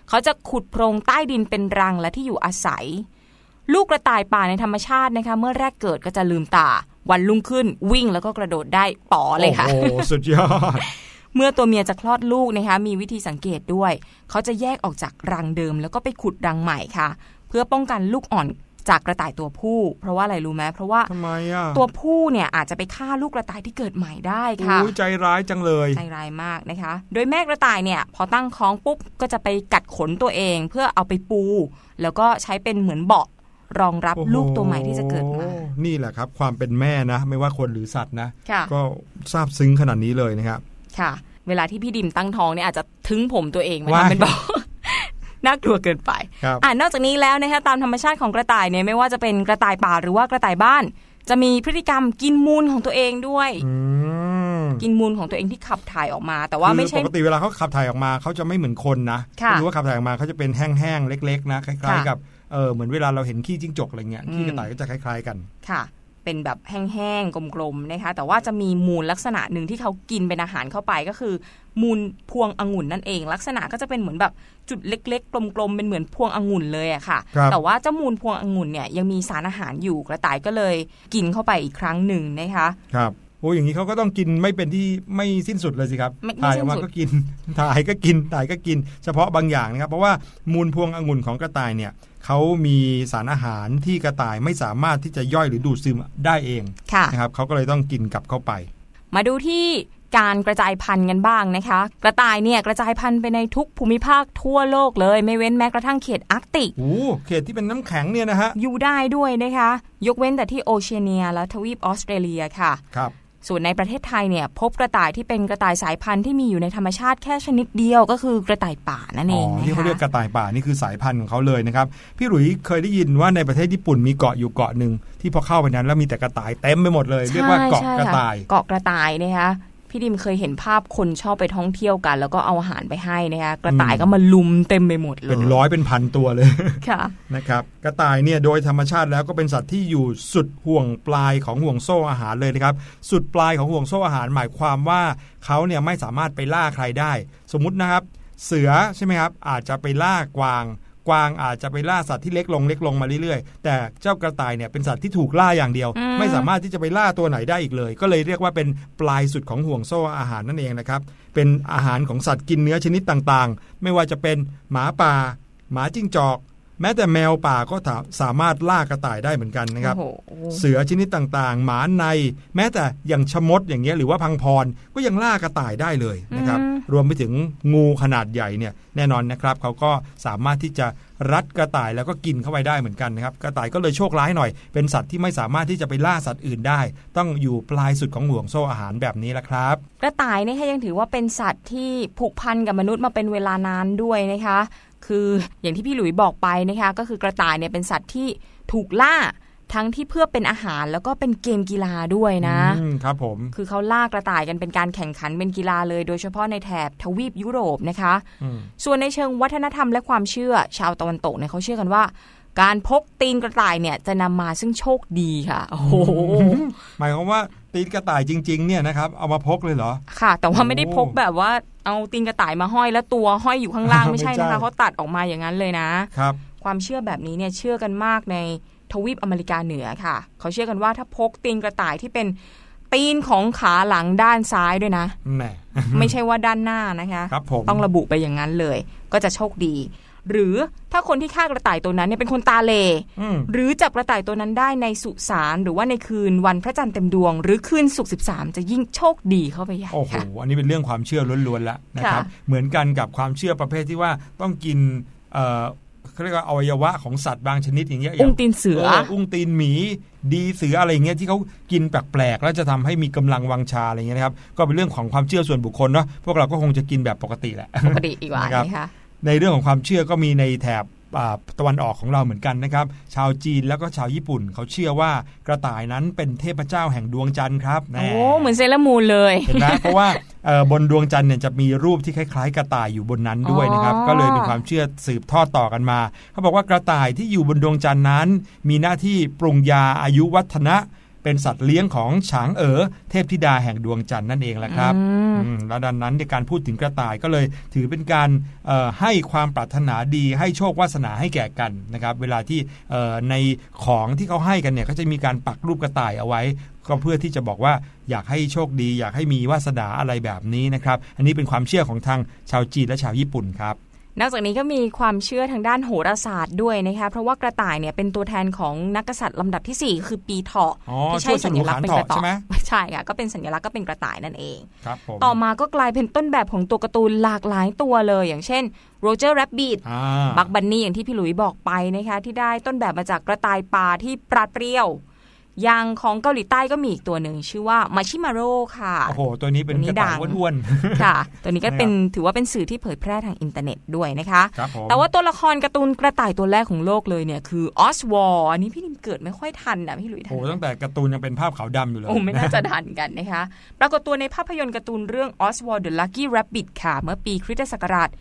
เขาจะขุดโพรงใต้ดินเป็นรังและที่อยู่อาศัยลูกกระต่ายป่าในธรรมชาตินะคะเมื่อแรกเกิดก็จะลืมตาวันรุ่งขึ้นวิ่งแล้วก็กระโดดได้ป๋อเลยค่ะโอ้โหสุดยอดเมื่อตัวเมียจะคลอดลูกนะคะมีวิธีสังเกตด้วยเขาจะแยกออกจากรังเดิมแล้วก็ไปขุดรังใหม่ค่ะเพื่อป้องกันลูกอ่อนจากกระต่ายตัวผู้เพราะว่าอะไรรู้ไหมเพราะว่าทำไมอ่ะตัวผู้เนี่ยอาจจะไปฆ่าลูกกระต่ายที่เกิดใหม่ได้ค่ะใจร้ายจังเลยใจร้ายมากนะคะโดยแม่กระต่ายเนี่ยพอตั้งท้องปุ๊บก็จะไปกัดขนตัวเองเพื่อเอาไปปูแล้วก็ใช้เป็นเหมือนเบาะรองรับลูกตัวใหม่ที่จะเกิดมานี่แหละครับความเป็นแม่นะไม่ว่าคนหรือสัตว์นะก็ซาบซึ้งขนาดนี้เลยนะครับค่ะเวลาที่พี่ดิมตั้งท้องเนี่ยอาจจะทึ้งผมตัวเองมาทำเป็นเบาะน่ากลัวเกินไปนอกจากนี้แล้วนะคะตามธรรมชาติของกระต่ายเนี่ยไม่ว่าจะเป็นกระต่ายป่าหรือว่ากระต่ายบ้านจะมีพฤติกรรมกินมูลของตัวเองด้วยกินมูลของตัวเองที่ขับถ่ายออกมาแต่ว่าไม่ใช่ปกติเวลาเขาขับถ่ายออกมาเขาจะไม่เหมือนคนนะหรือว่าขับถ่ายออกมาเขาจะเป็นแห้งๆเล็กๆนะคล้ายๆกับเหมือนเวลาเราเห็นขี้จิ้งจกอะไรเงี้ยขี้กระต่ายก็จะคล้ายๆกันค่ะเป็นแบบแห้งๆกลมๆนะคะแต่ว่าจะมีมูลลักษณะหนึ่งที่เขากินเป็นอาหารเข้าไปก็คือมูลพวงองุ่นนั่นเองลักษณะก็จะเป็นเหมือนแบบจุดเล็กๆกลมๆเป็นเหมือนพวงองุ่นเลยอะค่ะแต่ว่าเจ้ามูลพวงองุ่นเนี่ยยังมีสารอาหารอยู่กระต่ายก็เลยกินเข้าไปอีกครั้งหนึ่งนะคะครับโอ้อย่างนี้เขาก็ต้องกินไม่เป็นที่ไม่สิ้นสุดเลยสิครับถ่ายออกมาก็กินถ่ายก็กินถ่ายก็กินเฉพาะบางอย่างนะครับเพราะว่ามูลพวงองุ่นของกระต่ายเนี่ยเขามีสารอาหารที่กระต่ายไม่สามารถที่จะย่อยหรือดูดซึมได้เองนะครับเขาก็เลยต้องกินกลับเข้าไปมาดูที่การกระจายพันธุ์กันบ้างนะคะกระต่ายเนี่ยกระจายพันธุ์ไปในทุกภูมิภาคทั่วโลกเลยไม่เว้นแม้กระทั่งเขตอาร์กติกเขตที่เป็นน้ำแข็งเนี่ยนะฮะอยู่ได้ด้วยนะคะยกเว้นแต่ที่โอเชียเนียและทวีปออสเตรเลียค่ะครับส่วนในประเทศไทยเนี่ยพบกระต่ายที่เป็นกระต่ายสายพันธุ์ที่มีอยู่ในธรรมชาติแค่ชนิดเดียวก็คือกระต่ายป่านั่นเองนะคะที่เขาเรียกกระต่ายป่านี่คือสายพันธุ์ของเขาเลยนะครับพี่หลุยเคยได้ยินว่าในประเทศญี่ปุ่นมีเกาะอยู่เกาะนึงที่พอเข้าไปนั้นแล้วมีแต่กระต่ายเต็มไปหมดเลยเรียกว่าเกาะกระต่ายเกาะกระต่ายนะคะพี่ดิมเคยเห็นภาพคนชอบไปท่องเที่ยวกันแล้วก็เอาอาหารไปให้นะคะกระต่ายก็มาลุมเต็มไปหมดเลยเป็นร้อยเป็นพันตัวเลยค่ะนะครับกระต่ายเนี่ยโดยธรรมชาติแล้วก็เป็นสัตว์ที่อยู่สุดห่วงปลายของห่วงโซ่อาหารเลยนะครับสุดปลายของห่วงโซ่อาหารหมายความว่าเขาเนี่ยไม่สามารถไปล่าใครได้สมมุตินะครับเสือใช่ไหมครับอาจจะไปล่ากวางอาจจะไปล่าสัตว์ที่เล็กลงมาเรื่อยๆแต่เจ้ากระต่ายเนี่ยเป็นสัตว์ที่ถูกล่าอย่างเดียวไม่สามารถที่จะไปล่าตัวไหนได้อีกเลยก็เลยเรียกว่าเป็นปลายสุดของห่วงโซ่อาหารนั่นเองนะครับเป็นอาหารของสัตว์กินเนื้อชนิดต่างๆไม่ว่าจะเป็นหมาป่าหมาจิ้งจอกแม้แต่แมวป่าก็สามารถล่ากระต่ายได้เหมือนกันนะครับเสือชนิดต่างๆหมาในแม้แต่อย่างชมดอย่างเงี้ยหรือว่าพังพรก็ยังล่ากระต่ายได้เลยนะครับรวมไปถึงงูขนาดใหญ่เนี่ยแน่นอนนะครับเขาก็สามารถที่จะรัดกระต่ายแล้วก็กินเข้าไปได้เหมือนกันนะครับกระต่ายก็เลยโชคร้ายหน่อยเป็นสัตว์ที่ไม่สามารถที่จะไปล่าสัตว์อื่นได้ต้องอยู่ปลายสุดของห่วงโซ่อาหารแบบนี้แหละครับกระต่ายเนี่ยยังถือว่าเป็นสัตว์ที่ผูกพันกับมนุษย์มาเป็นเวลานานด้วยนะคะคืออย่างที่พี่หลุยบอกไปนะคะก็คือกระต่ายเนี่ยเป็นสัตว์ที่ถูกล่าทั้งที่เพื่อเป็นอาหารแล้วก็เป็นเกมกีฬาด้วยนะครับผมคือเขาล่ากระต่ายกันเป็นการแข่งขันเป็นกีฬาเลยโดยเฉพาะในแถบทวีปยุโรปนะคะส่วนในเชิงวัฒนธรรมและความเชื่อชาวตะวันตกเนี่ยเขาเชื่อกันว่าการพกตีนกระต่ายเนี่ยจะนำมาซึ่งโชคดีค่ะโอ้โหหมายความว่าตีนกระต่ายจริงๆเนี่ยนะครับเอามาพกเลยเหรอค่ะแต่ว่าไม่ได้พกแบบว่าเอาตีนกระต่ายมาห้อยแล้วตัวห้อยอยู่ข้างล่าง ไม่ใช่นะคะเขาตัดออกมาอย่างนั้นเลยนะครับความเชื่อแบบนี้เนี่ยเชื่อกันมากในทวีปอเมริกาเหนือค่ะเขาเชื่อกันว่าถ้าพกตีนกระต่ายที่เป็นตีนของขาหลังด้านซ้ายด้วยนะ ไม่ใช่ว่าด้านหน้านะคะต้องระบุไปอย่างนั้นเลยก็จะโชคดีหรือถ้าคนที่ฆ่ากระต่ายตัวนั้นเนี่ยเป็นคนตาเหล่หรือจับกระต่ายตัวนั้นได้ในสุสานหรือว่าในคืนวันพระจันทร์เต็มดวงหรือคืนศุกร์13จะยิ่งโชคดีเข้าไปใหญ่โอ้โหอันนี้เป็นเรื่องความเชื่อล้วนๆแล้วนะครับเหมือนกันกับความเชื่อประเภทที่ว่าต้องกินเขาเรียกว่าอวัยวะของสัตว์บางชนิดอย่างเงี้ยอุ้งตีนเสืออุ้งตีนหมีดีเสืออะไรเงี้ยที่เขากินแปลกๆแล้วจะทำให้มีกำลังวังชาอะไรเงี้ยนะครับก็เป็นเรื่องของความเชื่อส่วนบุคคลเนาะพวกเราก็คงจะกินแบบปกติแหละปกติอีกว่านะคะในเรื่องของความเชื่อก็มีในแถบตะวันออกของเราเหมือนกันนะครับชาวจีนแล้วก็ชาวญี่ปุ่นเขาเชื่อว่ากระต่ายนั้นเป็นเทพเจ้าแห่งดวงจันทร์ครับโอ้เหมือนเซเลอรามูนเลยเห็นไหมเพราะว่าบนดวงจันทร์เนี่ยจะมีรูปที่คล้ายๆกระต่ายอยู่บนนั้นด้วยนะครับก็เลยเป็นความเชื่อสืบทอดต่อกันมาเขาบอกว่ากระต่ายที่อยู่บนดวงจันทร์นั้นมีหน้าที่ปรุงยาอายุวัฒนะเเป็นสัตว์เลี้ยงของฉางเทพธิดาแห่งดวงจันทร์นั่นเองแหละครับแล้วดังนั้นในการพูดถึงกระต่ายก็เลยถือเป็นการให้ความปรารถนาดีให้โชควาสนาให้แก่กันนะครับเวลาที่ในของที่เขาให้กันเนี่ยก็จะมีการปักรูปกระต่ายเอาไว้ก็เพื่อที่จะบอกว่าอยากให้โชคดีอยากให้มีวาสนาอะไรแบบนี้นะครับอันนี้เป็นความเชื่อของทางชาวจีนและชาวญี่ปุ่นครับนอกจากนี้ก็มีความเชื่อทางด้านโหราศาสตร์ด้วยนะคะเพราะว่ากระต่ายเนี่ยเป็นตัวแทนของนักกษัตริย์ลำดับที่4คือปีเถาะที่ใช้สัญลักษณ์เป็นกระต่ายใช่ค่ะก็เป็นสัญลักษณ์ก็เป็นกระต่ายนั่นเองต่อมาก็กลายเป็นต้นแบบของตัวการ์ตูนหลากหลายตัวเลยอย่างเช่นโรเจอร์แรบบิทบักบันนี่อย่างที่พี่หลุยบอกไปนะคะที่ได้ต้นแบบมาจากกระต่ายป่าที่ปราดเปรี้ยวอย่างของเกาหลีใต้ก็มีอีกตัวหนึ่งชื่อว่ามาชิมาโร่ค่ะโอ้โหตัวนี้เป็นกระต่ายอ้วนๆค่ะตัวนี้ก็เป็นถือว่าเป็นสื่อที่เผยแพร่ทางอินเทอร์เน็ตด้วยนะคะแต่ว่าตัวละครการ์ตูนกระต่ายตัวแรกของโลกเลยเนี่ยคือออสวอร์อันนี้พี่ดิมเกิดไม่ค่อยทันนะพี่หลุยทันโอ้ตั้งแต่การ์ตูนยังเป็นภาพขาวดำอยู่เลยโอ้ไม่น่าจะทันกันนะคะปรากฏตัวในภาพยนตร์การ์ตูนเรื่อง Oswald the Lucky Rabbit ค่ะเมื่อปีคริสตศักราช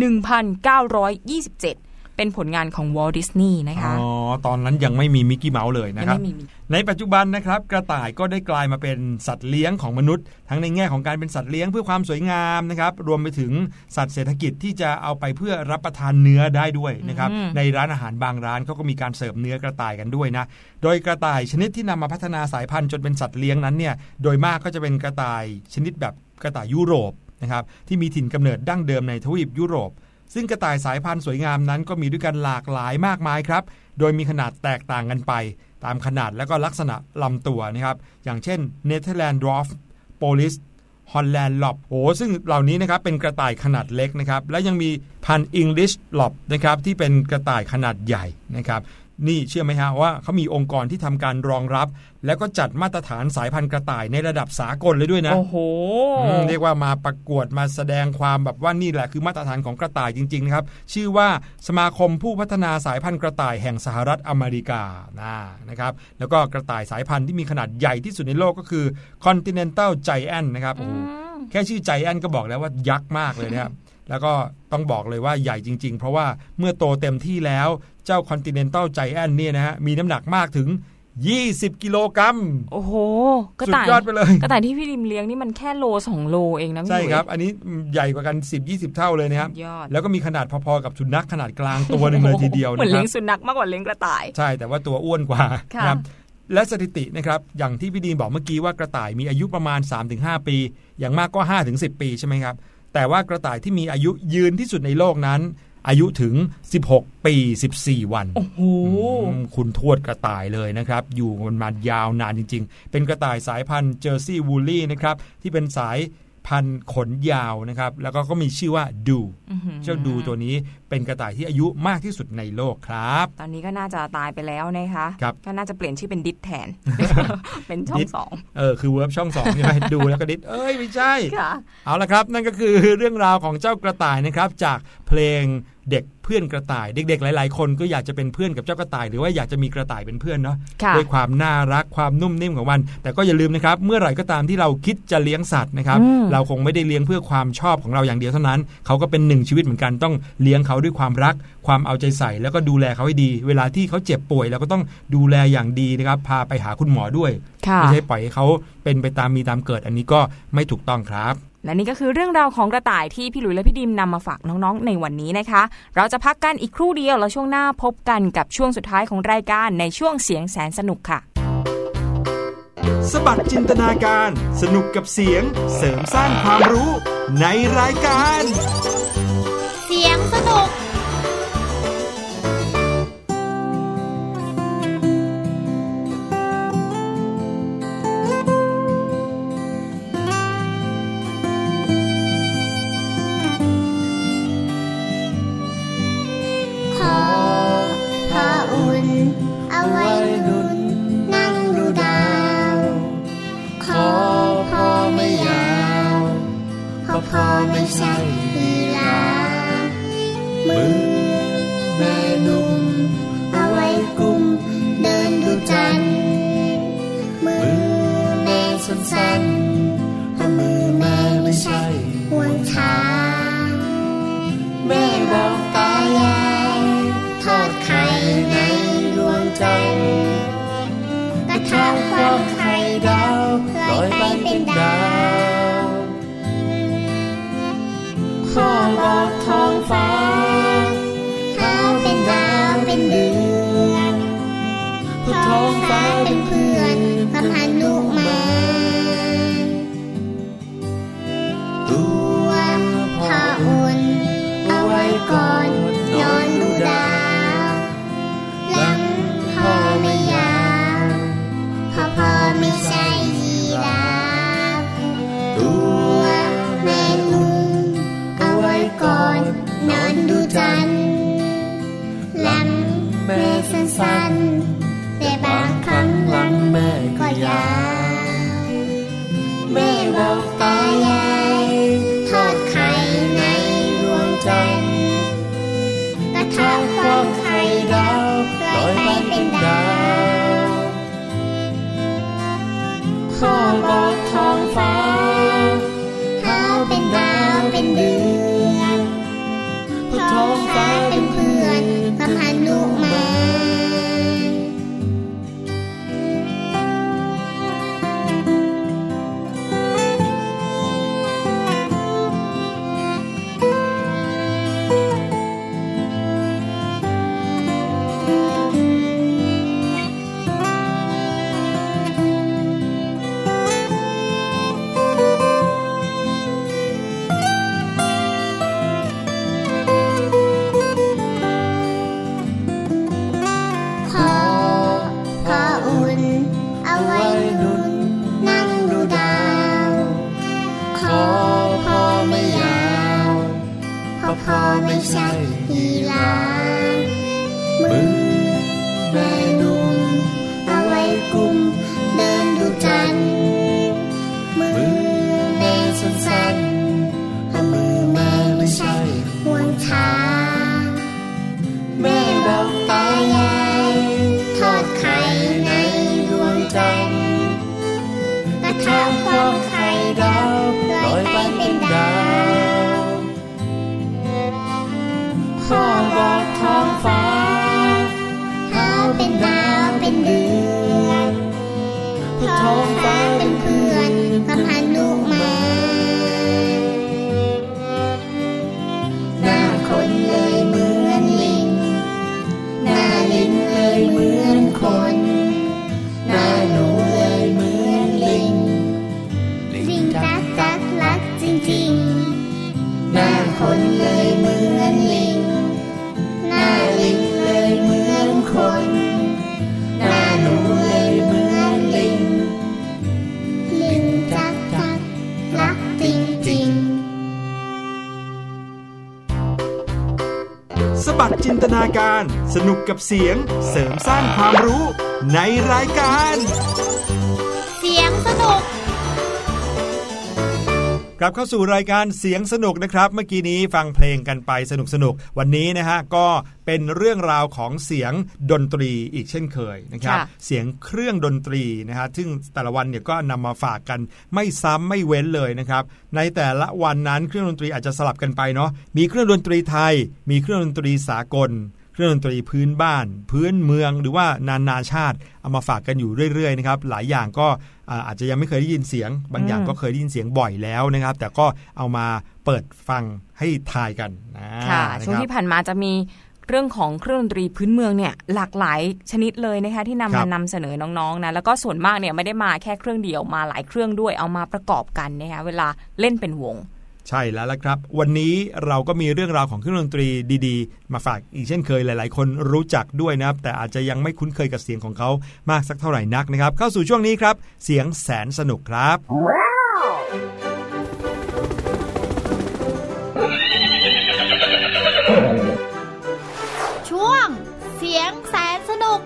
1927เป็นผลงานของวอลต์ดิสนีย์นะคะตอนนั้นยังไม่มีมิกกี้เมาส์เลยนะครับในปัจจุบันนะครับกระต่ายก็ได้กลายมาเป็นสัตว์เลี้ยงของมนุษย์ทั้งในแง่ของการเป็นสัตว์เลี้ยงเพื่อความสวยงามนะครับรวมไปถึงสัตว์เศรษฐกิจที่จะเอาไปเพื่อรับประทานเนื้อได้ด้วยนะครับในร้านอาหารบางร้านเขาก็มีการเสิร์ฟเนื้อกระต่ายกันด้วยนะโดยกระต่ายชนิดที่นำมาพัฒนาสายพันธุ์จนเป็นสัตว์เลี้ยงนั้นเนี่ยโดยมากก็จะเป็นกระต่ายชนิดแบบกระต่ายยุโรปนะครับที่มีถิ่นกำเนิดดั้งเดิมในทวีปยุโรปซึ่งกระต่ายสายพันธุ์สวยงามนั้นก็มีด้วยกันหลากหลายมากมายครับโดยมีขนาดแตกต่างกันไปตามขนาดและก็ลักษณะลำตัวนะครับอย่างเช่นเนเธอร์แลนด์ดวอร์ฟโปลิสฮอลแลนด์ล็อบซึ่งเหล่านี้นะครับเป็นกระต่ายขนาดเล็กนะครับและยังมีพันธุ์อังกฤษล็อบนะครับที่เป็นกระต่ายขนาดใหญ่นะครับนี่เชื่อไหมฮะว่าเขามีองค์กรที่ทำการรองรับแล้วก็จัดมาตรฐานสายพันธุ์กระต่ายในระดับสากลเลยด้วยนะโอ้โหเรียกว่ามาประกวดมาแสดงความแบบว่านี่แหละคือมาตรฐานของกระต่ายจริงๆนะครับชื่อว่าสมาคมผู้พัฒนาสายพันธุ์กระต่ายแห่งสหรัฐอเมริกานะครับแล้วก็กระต่ายสายพันธุ์ที่มีขนาดใหญ่ที่สุดในโลกก็คือ Continental Giant นะครับแค่ชื่อ Giant ก็บอกแล้วว่ายักษ์มากเลยนะครับแล้วก็ต้องบอกเลยว่าใหญ่จริงๆเพราะว่าเมื่อโตเต็มที่แล้วเจ้า Continental Giant เนี่ยนะฮะมีน้ำหนักมากถึง20กิโลกรัมโอ้โหสุดยอดไปเลยกระต่ายที่พี่ริมเลี้ยงนี่มันแค่โล2โลเองนะใช่ครับอันนี้ใหญ่กว่ากัน 10-20 เท่าเลยนะครับแล้วก็มีขนาดพอๆกับสุนัขขนาดกลางตัวนึงเลยทีเดียวเหมือนเลี้ยงสุนัขมากกว่าเลี้ยงกระต่ายใช่แต่ว่าตัวอ้วนกว่าครับและสถิตินะครับอย่างที่พี่ดีนบอกเมื่อกี้ว่ากระต่ายมีอายุประมาณ 3-5 ปีอย่างมากก็ 5-10 ปีใช่ไหมครับแต่ว่ากระต่ายที่มีอายุยืนที่สุดในโลกนั้นอายุถึง16ปี14วันโอ้โหคุณทวดกระต่ายเลยนะครับอยู่มันมายาวนานจริงๆเป็นกระต่ายสายพันธุ์เจอร์ซีย์วูลลี่นะครับที่เป็นสายพันธุ์ขนยาวนะครับแล้วก็มีชื่อว่าดูเจ้าดูตัวนี้เป็นกระต่ายที่อายุมากที่สุดในโลกครับตอนนี้ก็น่าจะตายไปแล้วนะคะก็น่าจะเปลี่ยนชื่อเป็นดิสแทน เป็นช่อง2 คือเวิร์บช่อง2ใช่ไหมดูแล้วก็ดิสไม่ใช่เอาละครับนั่นก็คือเรื่องราวของเจ้ากระต่ายนะครับจากเพลงเด็กเพื่อนกระต่ายเด็กๆหลายๆคนก็อยากจะเป็นเพื่อนกับเจ้ากระต่ายหรือว่าอยากจะมีกระต่ายเป็นเพื่อนเนาะด้วยความน่ารักความนุ่มนิ่มของมันแต่ก็อย่าลืมนะครับเมื่อไหร่ก็ตามที่เราคิดจะเลี้ยงสัตว์นะครับเราคงไม่ได้เลี้ยงเพื่อความชอบของเราอย่างเดียวเท่านั้นเขาก็เป็น1ชีวิตเหมือนกันต้องเลี้ยงเขาด้วยความรักความเอาใจใส่แล้วก็ดูแลเขาให้ดีเวลาที่เขาเจ็บป่วยเราก็ต้องดูแลอย่างดีนะครับพาไปหาคุณหมอด้วยไม่ใช่ปล่อยให้เขาเป็นไปตามมีตามเกิดอันนี้ก็ไม่ถูกต้องครับและนี่ก็คือเรื่องราวของกระต่ายที่พี่หลุยและพี่ดิมนำมาฝากน้องๆในวันนี้นะคะเราจะพักกันอีกครู่เดียวแล้วช่วงหน้าพบกันกับช่วงสุดท้ายของรายการในช่วงเสียงแสนสนุกค่ะสบัดจินตนาการสนุกกับเสียงเสริมสร้างความรู้ในรายการเสียงสนุกไม่ใช่ลีลามือแม่นุ่มเอาไว้กุมเดินดูจันมือแม่สั้นๆเพราะมือแม่ไม่ใช่ห่วงช้างแม่บอกตายายทอดไข่ในดวงจันทร์กระทำความไข่บอกท้องฟ้าเขาเป็นดาวเป็นเดือนเพราะท้องฟ้าเป็นเพื่อนกับหนุมานตัวพ่ออุ่นเอาไว้ก่อนนอนดูดาวหลังพ่อไม่ยาวพ่อไม่ใช่ยีราฟตัวแม่นุ่มเอาไว้ก่อนนอนดูจันทร์หลังแม่สั้นๆแต่บางครั้งหลังแม่ก็ยาวแม่บอกตายายทอดไข่ในดวงจันทร์กระทะฟองไข่ดาวลอยไปเป็นดาวพ่อบอกท้องฟ้าเขาเป็นดาวเป็นเดือนเพราะท้องฟ้าเป็นเพื่อนกับหนุมานพ่อไม่ใช่ยีราฟมือแม่นุ่มเอาไว้กุมเดินดูจันทร์มือแม่สั้นๆมือแม่ไม่ใช่ห่วงช้างแม่บอกตายายทอดไข่ในดวงจันทร์กระทะฟองไข่ดาวลอยไปเป็นดาวพ่อบอกท้องฟ้าเขาเป็นดาวเป็นเดือนเพราะท้องฟ้าเป็นเพื่อนกับหนุมานหน้าคนเลยเหมือนลิงหน้าลิงเลยเหมือนคนหน้าหนูเลยเหมือนลิงลิงจักรักจริงๆหน้าคนเลยเหมือนลิงหน้าลิงเลยเหมือนคนหน้าหนูเลยเหมือนลิงลิงจักรักจริงๆสบัดจินตนาการสนุกกับเสียงเสริมสร้างความรู้ในรายการเสียงสนุกกลับเข้าสู่รายการเสียงสนุกนะครับเมื่อกี้นี้ฟังเพลงกันไปสนุกวันนี้นะฮะก็เป็นเรื่องราวของเสียงดนตรีอีกเช่นเคยนะครับเสียงเครื่องดนตรีนะฮะซึ่งแต่ละวันเนี่ยก็นำมาฝากกันไม่ซ้ำไม่เว้นเลยนะครับในแต่ละวันนั้นเครื่องดนตรีอาจจะสลับกันไปเนาะมีเครื่องดนตรีไทยมีเครื่องดนตรีสากลเครื่องดนตรีพื้นบ้านพื้นเมืองหรือว่านานาชาติเอามาฝากกันอยู่เรื่อยๆนะครับหลายอย่างก็อาจจะยังไม่เคยได้ยินเสียงบางอย่างก็เคยได้ยินเสียงบ่อยแล้วนะครับแต่ก็เอามาเปิดฟังให้ทายกันค่ะช่วงที่ผ่านมาจะมีเรื่องของเครื่องดนตรีพื้นเมืองเนี่ยหลากหลายชนิดเลยนะคะที่นำเสนอน้องๆนะแล้วก็ส่วนมากเนี่ยไม่ได้มาแค่เครื่องเดียวมาหลายเครื่องด้วยเอามาประกอบกันนะคะเวลาเล่นเป็นวงใช่แล้วละครับวันนี้เราก็มีเรื่องราวของเครื่องดนตรีดีๆมาฝากอีกเช่นเคยหลายๆคนรู้จักด้วยนะครับแต่อาจจะยังไม่คุ้นเคยกับเสียงของเขามากสักเท่าไหร่นักนะครับเข้าสู่ช่วงนี้ครับเสียงแสนสนุกครับช่วงเสียงแสนสนุก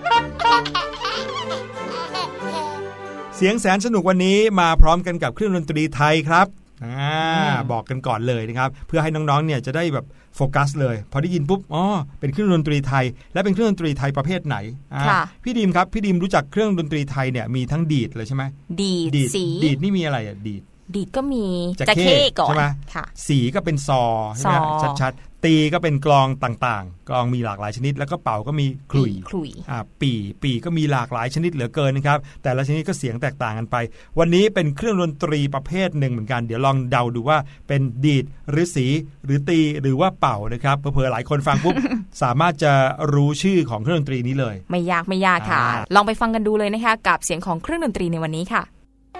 เสียงแสนสนุกวันนี้มาพร้อมกันกับเครื่องดนตรีไทยครับบอกกันก่อนเลยนะครับเพื่อให้น้องๆเนี่ยจะได้แบบโฟกัสเลยพอได้ยินปุ๊บอ๋อเป็นเครื่องดนตรีไทยและเป็นเครื่องดนตรีไทยประเภทไหนพี่ดีมครับพี่ดีมรู้จักเครื่องดนตรีไทยเนี่ยมีทั้งดีดเลยใช่ไหมดีดสีดีดนี่มีอะไรอ่ะดีดก็มีจะเข้ก่อนใช่ไหมสีก็เป็นซอใช่ไหมชัดๆตีก็เป็นกลองต่างๆกลองมีหลากหลายชนิดแล้วก็เป่าก็มีขลุ่ยปี่ก็มีหลากหลายชนิดเหลือเกินนะครับแต่ละชนิดก็เสียงแตกต่างกันไปวันนี้เป็นเครื่องดนตรีประเภทหนึ่งเหมือนกันเดี๋ยวลองเดาดูว่าเป็นดีดหรือสีหรือตีหรือว่าเป่านะครับเผื่อหลายคนฟังปุ๊บ สามารถจะรู้ชื่อของเครื่องดนตรีนี้เลยไม่ยากค่ะลองไปฟังกันดูเลยนะคะกับเสียงของเครื่องดนตรีในวันนี้ค่ะ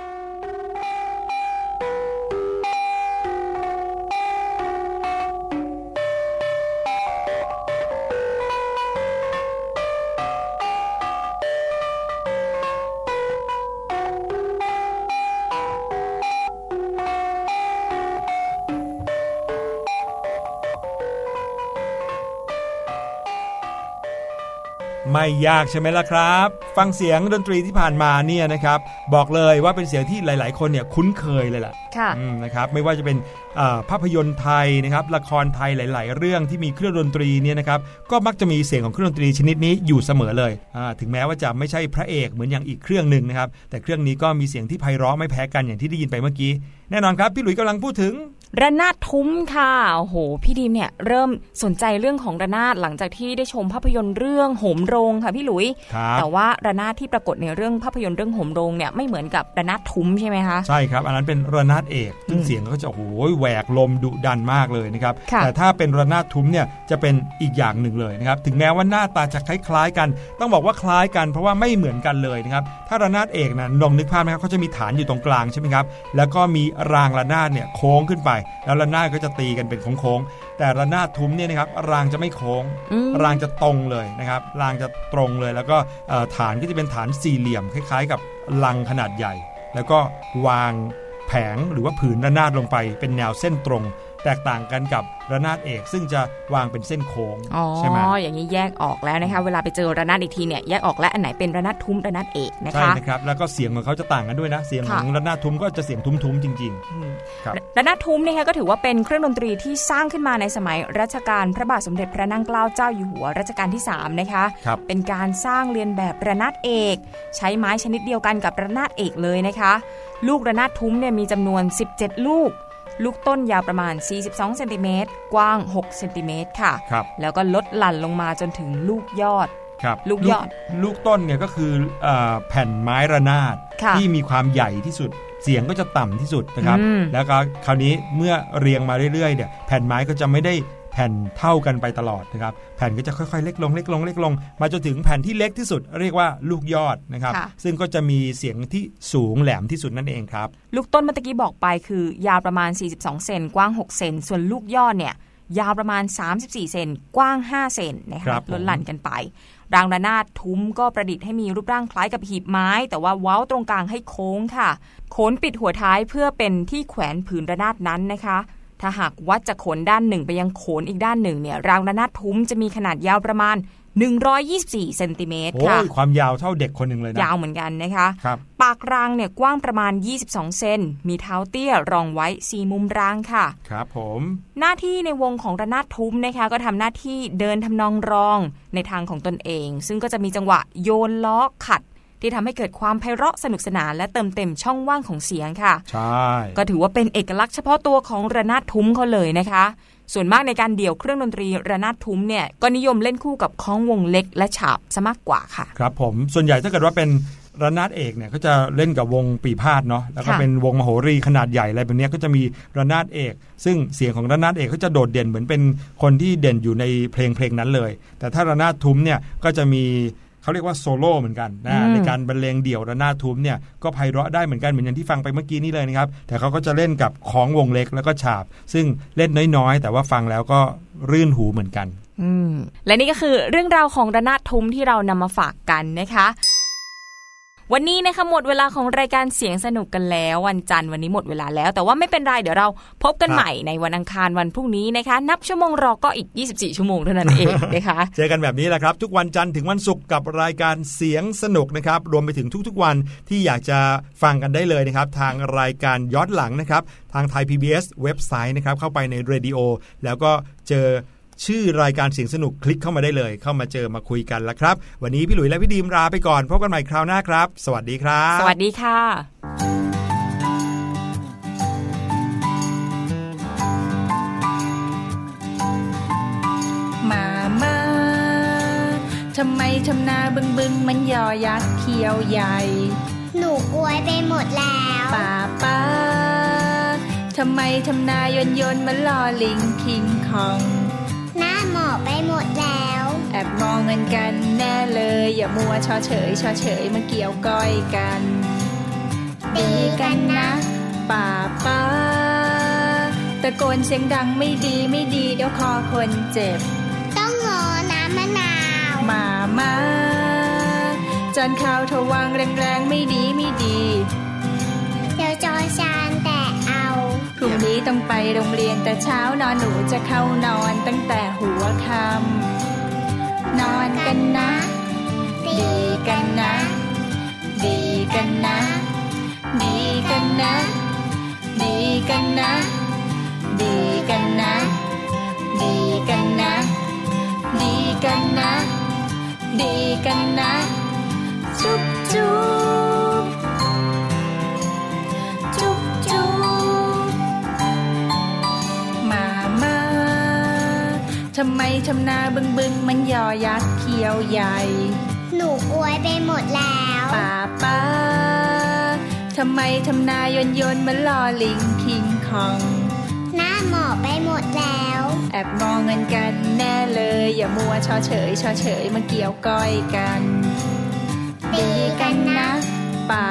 ไม่ยากใช่ไหมล่ะครับฟังเสียงดนตรีที่ผ่านมาเนี่ยนะครับบอกเลยว่าเป็นเสียงที่หลายๆคนเนี่ยคุ้นเคยเลยล่ะนะครับไม่ว่าจะเป็นภาพยนตร์ไทยนะครับละครไทยหลายๆเรื่องที่มีเครื่องดนตรีเนี่ยนะครับก็มักจะมีเสียงของเครื่องดนตรีชนิดนี้อยู่เสมอเลยถึงแม้ว่าจะไม่ใช่พระเอกเหมือนอย่างอีกเครื่องนึงนะครับแต่เครื่องนี้ก็มีเสียงที่ไพเราะไม่แพ้กันอย่างที่ได้ยินไปเมื่อกี้แน่นอนครับพี่หลุยส์กำลังพูดถึงระนาดทุ้มค่ะโอ้โหพี่ดีมเนี่ยเริ่มสนใจเรื่องของระนาดหลังจากที่ได้ชมภาพยนตร์เรื่องโหมโรงค่ะพี่หลุยส์แต่ว่าระนาดที่ปรากฏในเรื่องภาพยนตร์เรื่องโหมโรงเนี่ยไม่เหมือนกับระนาดทุ้มใช่ไหมคะใช่ครับอันนั้นเป็นระนาดเอกซึ่งเสียงก็จะโอ้โหแหวกลมดุดันมากเลยนะครับแต่ถ้าเป็นระนาดทุ้มเนี่ยจะเป็นอีกอย่างหนึ่งเลยนะครับถึงแม้ว่าหน้าตาจะคล้ายๆกันต้องบอกว่าคล้ายกันเพราะว่าไม่เหมือนกันเลยนะครับถ้าระนาดเอกนะลองนึกภาพนะครับเขาจะมีฐานอยู่ตรงกลางใช่ไหมครับแล้วก็มีรางระนาดเนี่ยโค้งขึ้นไปแล้วระนาดก็จะตีกันเป็นโค้งๆแต่ระนาดทุ้มเนี่ยนะครับรางจะไม่โค้งรางจะตรงเลยนะครับรางจะตรงเลยแล้วก็ฐานก็จะเป็นฐานสี่เหลี่ยมคล้ายๆกับลังขนาดใหญ่แล้วก็วางแผงหรือว่าผืนระนาดลงไปเป็นแนวเส้นตรงแตกต่างกันกับระนาดเอกซึ่งจะวางเป็นเส้นโค้งใช่ไหมอย่างนี้แยกออกแล้วนะคะเวลาไปเจอระนาดอีกทีเนี่ยแยกออกแล้วอันไหนเป็นระนาดทุ้มระนาดเอกนะคะใช่นะครับแล้วก็เสียงของเขาจะต่างกันด้วยนะเสียงของระนาดทุ้มก็จะเสียงทุ้มๆจริงๆครับระนาดทุ้มนะคะก็ถือว่าเป็นเครื่องดนตรีที่สร้างขึ้นมาในสมัยรัชกาลพระบาทสมเด็จพระนั่งเกล้าเจ้าอยู่หัวรัชกาลที่3นะคะเป็นการสร้างเรียนแบบระนาดเอกใช้ไม้ชนิดเดียวกันกับระนาดเอกเลยนะคะลูกระนาดทุ้มเนี่ยมีจำนวน17ลูกต้นยาวประมาณ42เซนติเมตรกว้าง6เซนติเมตรค่ะแล้วก็ลดหลั่นลงมาจนถึงลูกยอดลูกยอดลูกต้นเนี่ยก็คือแผ่นไม้ระนาดที่มีความใหญ่ที่สุดเสียงก็จะต่ำที่สุดนะครับแล้วก็คราวนี้เมื่อเรียงมาเรื่อยๆเนี่ยแผ่นไม้ก็จะไม่ได้แผ่นเท่ากันไปตลอดนะครับแผ่นก็จะค่อยๆเล็กลงมาจนถึงแผ่นที่เล็กที่สุดเรียกว่าลูกยอดนะครับซึ่งก็จะมีเสียงที่สูงแหลมที่สุดนั่นเองครับลูกต้นเมื่อกี้บอกไปคือยาวประมาณ42เซนกว้าง6เซนส่วนลูกยอดเนี่ยยาวประมาณ34เซนกว้าง5เซนนะคะลดหลั่นกันไปรางระนาดทุ้มก็ประดิษฐ์ให้มีรูปร่างคล้ายกับหีบไม้แต่ว่าเว้าตรงกลางให้โค้งค่ะโคนปิดหัวท้ายเพื่อเป็นที่แขวนผืนระนาดนั้นนะคะถ้าหากวัดจากโคนด้านหนึ่งไปยังโคนอีกด้านหนึ่งเนี่ยรางระนาดทุ้มจะมีขนาดยาวประมาณ124เซนติเมตรค่ะความยาวเท่าเด็กคนหนึ่งเลยนะยาวเหมือนกันนะคะปากรางเนี่ยกว้างประมาณ22เซนมีเท้าเตี้ยรองไว้4มุมรางค่ะครับผมหน้าที่ในวงของระนาดทุ้มนะคะก็ทำหน้าที่เดินทำนองรองในทางของตนเองซึ่งก็จะมีจังหวะโยนล้อขัดที่ทำให้เกิดความไพเราะสนุกสนานและเติมเต็มช่องว่างของเสียงค่ะใช่ก็ถือว่าเป็นเอกลักษณ์เฉพาะตัวของระนาดทุ้มเขาเลยนะคะส่วนมากในการเดี่ยวเครื่องดนตรีระนาดทุ้มเนี่ยก็นิยมเล่นคู่กับค้องวงเล็กและฉาบซะมากกว่าค่ะครับผมส่วนใหญ่ถ้าเกิดว่าเป็นระนาดเอกเนี่ยก็จะเล่นกับวงปีพาดเนาะแล้วก็เป็นวงมโหรีขนาดใหญ่อะไรแบบนี้ก็จะมีระนาดเอกซึ่งเสียงของระนาดเอกก็จะโดดเด่นเหมือนเป็นคนที่เด่นอยู่ในเพลงนั้นเลยแต่ถ้าระนาดทุ้มเนี่ยก็จะมีเขาเรียกว่าโซโล่เหมือนกันนะในการบรรเลงเดี่ยวระนาดทุ้มเนี่ยก็ไพเราะได้เหมือนกันเหมือนอย่างที่ฟังไปเมื่อกี้นี้เลยนะครับแต่เขาก็จะเล่นกับของวงเล็กแล้วก็ฉาบซึ่งเล่นน้อยๆแต่ว่าฟังแล้วก็รื่นหูเหมือนกันและนี่ก็คือเรื่องราวของระนาดทุ้มที่เรานำมาฝากกันนะคะวันนี้นะคะหมดเวลาของรายการเสียงสนุกกันแล้ววันจันทร์วันนี้หมดเวลาแล้วแต่ว่าไม่เป็นไรเดี๋ยวเราพบกันใหม่ในวันอังคารวันพรุ่งนี้นะคะนับชั่วโมงรอก็อีก24ชั่วโมงเท่านั้นเองนะคะเจอกันแบบนี้แหละครับทุกวันจันทร์ถึงวันศุกร์กับรายการเสียงสนุกนะครับรวมไปถึงทุกๆวันที่อยากจะฟังกันได้เลยนะครับทางรายการย้อนหลังนะครับทางไทย PBS เว็บไซต์นะครับเข้าไปในเรดิโอแล้วก็เจอชื่อรายการเสียงสนุกคลิกเข้ามาได้เลยเข้ามาเจอมาคุยกันแล้วครับวันนี้พี่หลุยและพี่ดีมลาไปก่อนพบกันใหม่คราวหน้าครับสวัสดีครับสวัสดีค่ะำไมทำนาบึงมันยอยักษ์เขียวใหญ่หนูกลัวไปหมดแล้วป้าทำไมทำนายนมันลอลิงคิงคองหน้าหมอบไปหมดแล้วแอบมองเงินกันแน่เลยอย่ามัวชอเฉยมาเกี่ยวก้อยกันดีกันนะป้าตะโกนเสียงดังไม่ดีเดี๋ยวคอคนเจ็บต้องงอน้ำมะนาวมาจานข้าวทวางแรงไม่ดีเดี๋ยวจอชานแต่เอาพรุ่งนี้ต้องไปโรงเรียนแต่เช้านอนหนูจะเข้านอนตั้งแต่หัวค่ำนอนกันนะดีกันนะดีกันนะดีกันนะดีกันนะดีกันนะดีกันนะดีกันนะดีกันนะจุ๊บจุ๊บจุ๊บจุ๊บมาทำไมทำนาบึงมันยอยักษ์เขียวใหญ่หนูกลัวไปหมดแล้วป้าทำไมทำนายนมันลอลิงคิงคองหน้าหมอบไปหมดแล้วแอบมองเงินกันแน่เลยอย่ามัวชอเฉยมาเกี่ยวก้อยกันดีกันนะป้า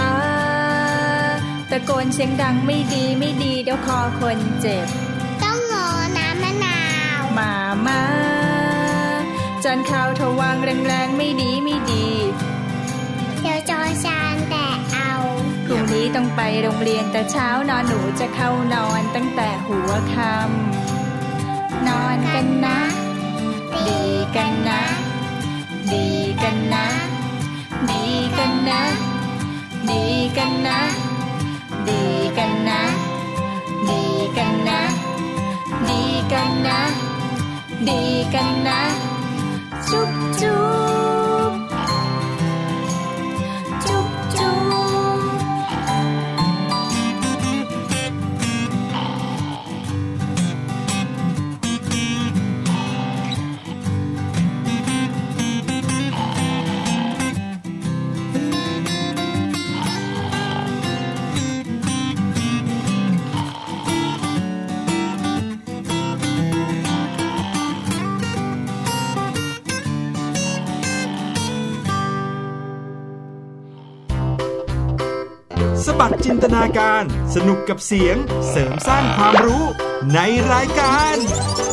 ตะโกนเสียงดังไม่ดีเดี๋ยวคอคนเจ็บต้องงอน้ำมะนาวมาจานข้าวทวางแรงไม่ดีเดี๋ยวจอชานแต่เอาพรุ่งนี้ต้องไปโรงเรียนแต่เช้านอนหนูจะเข้านอนตั้งแต่หัวค่ำนอนกันนะดีกันนะดีกันนะดีกันนะดีกันนะดีกันนะดีกันนะดีกันนะดีกันนะจุ๊บจุ๊บจุ๊บจุ๊บสบัดจินตนาการสนุกกับเสียงเสริมสร้างความรู้ในรายการ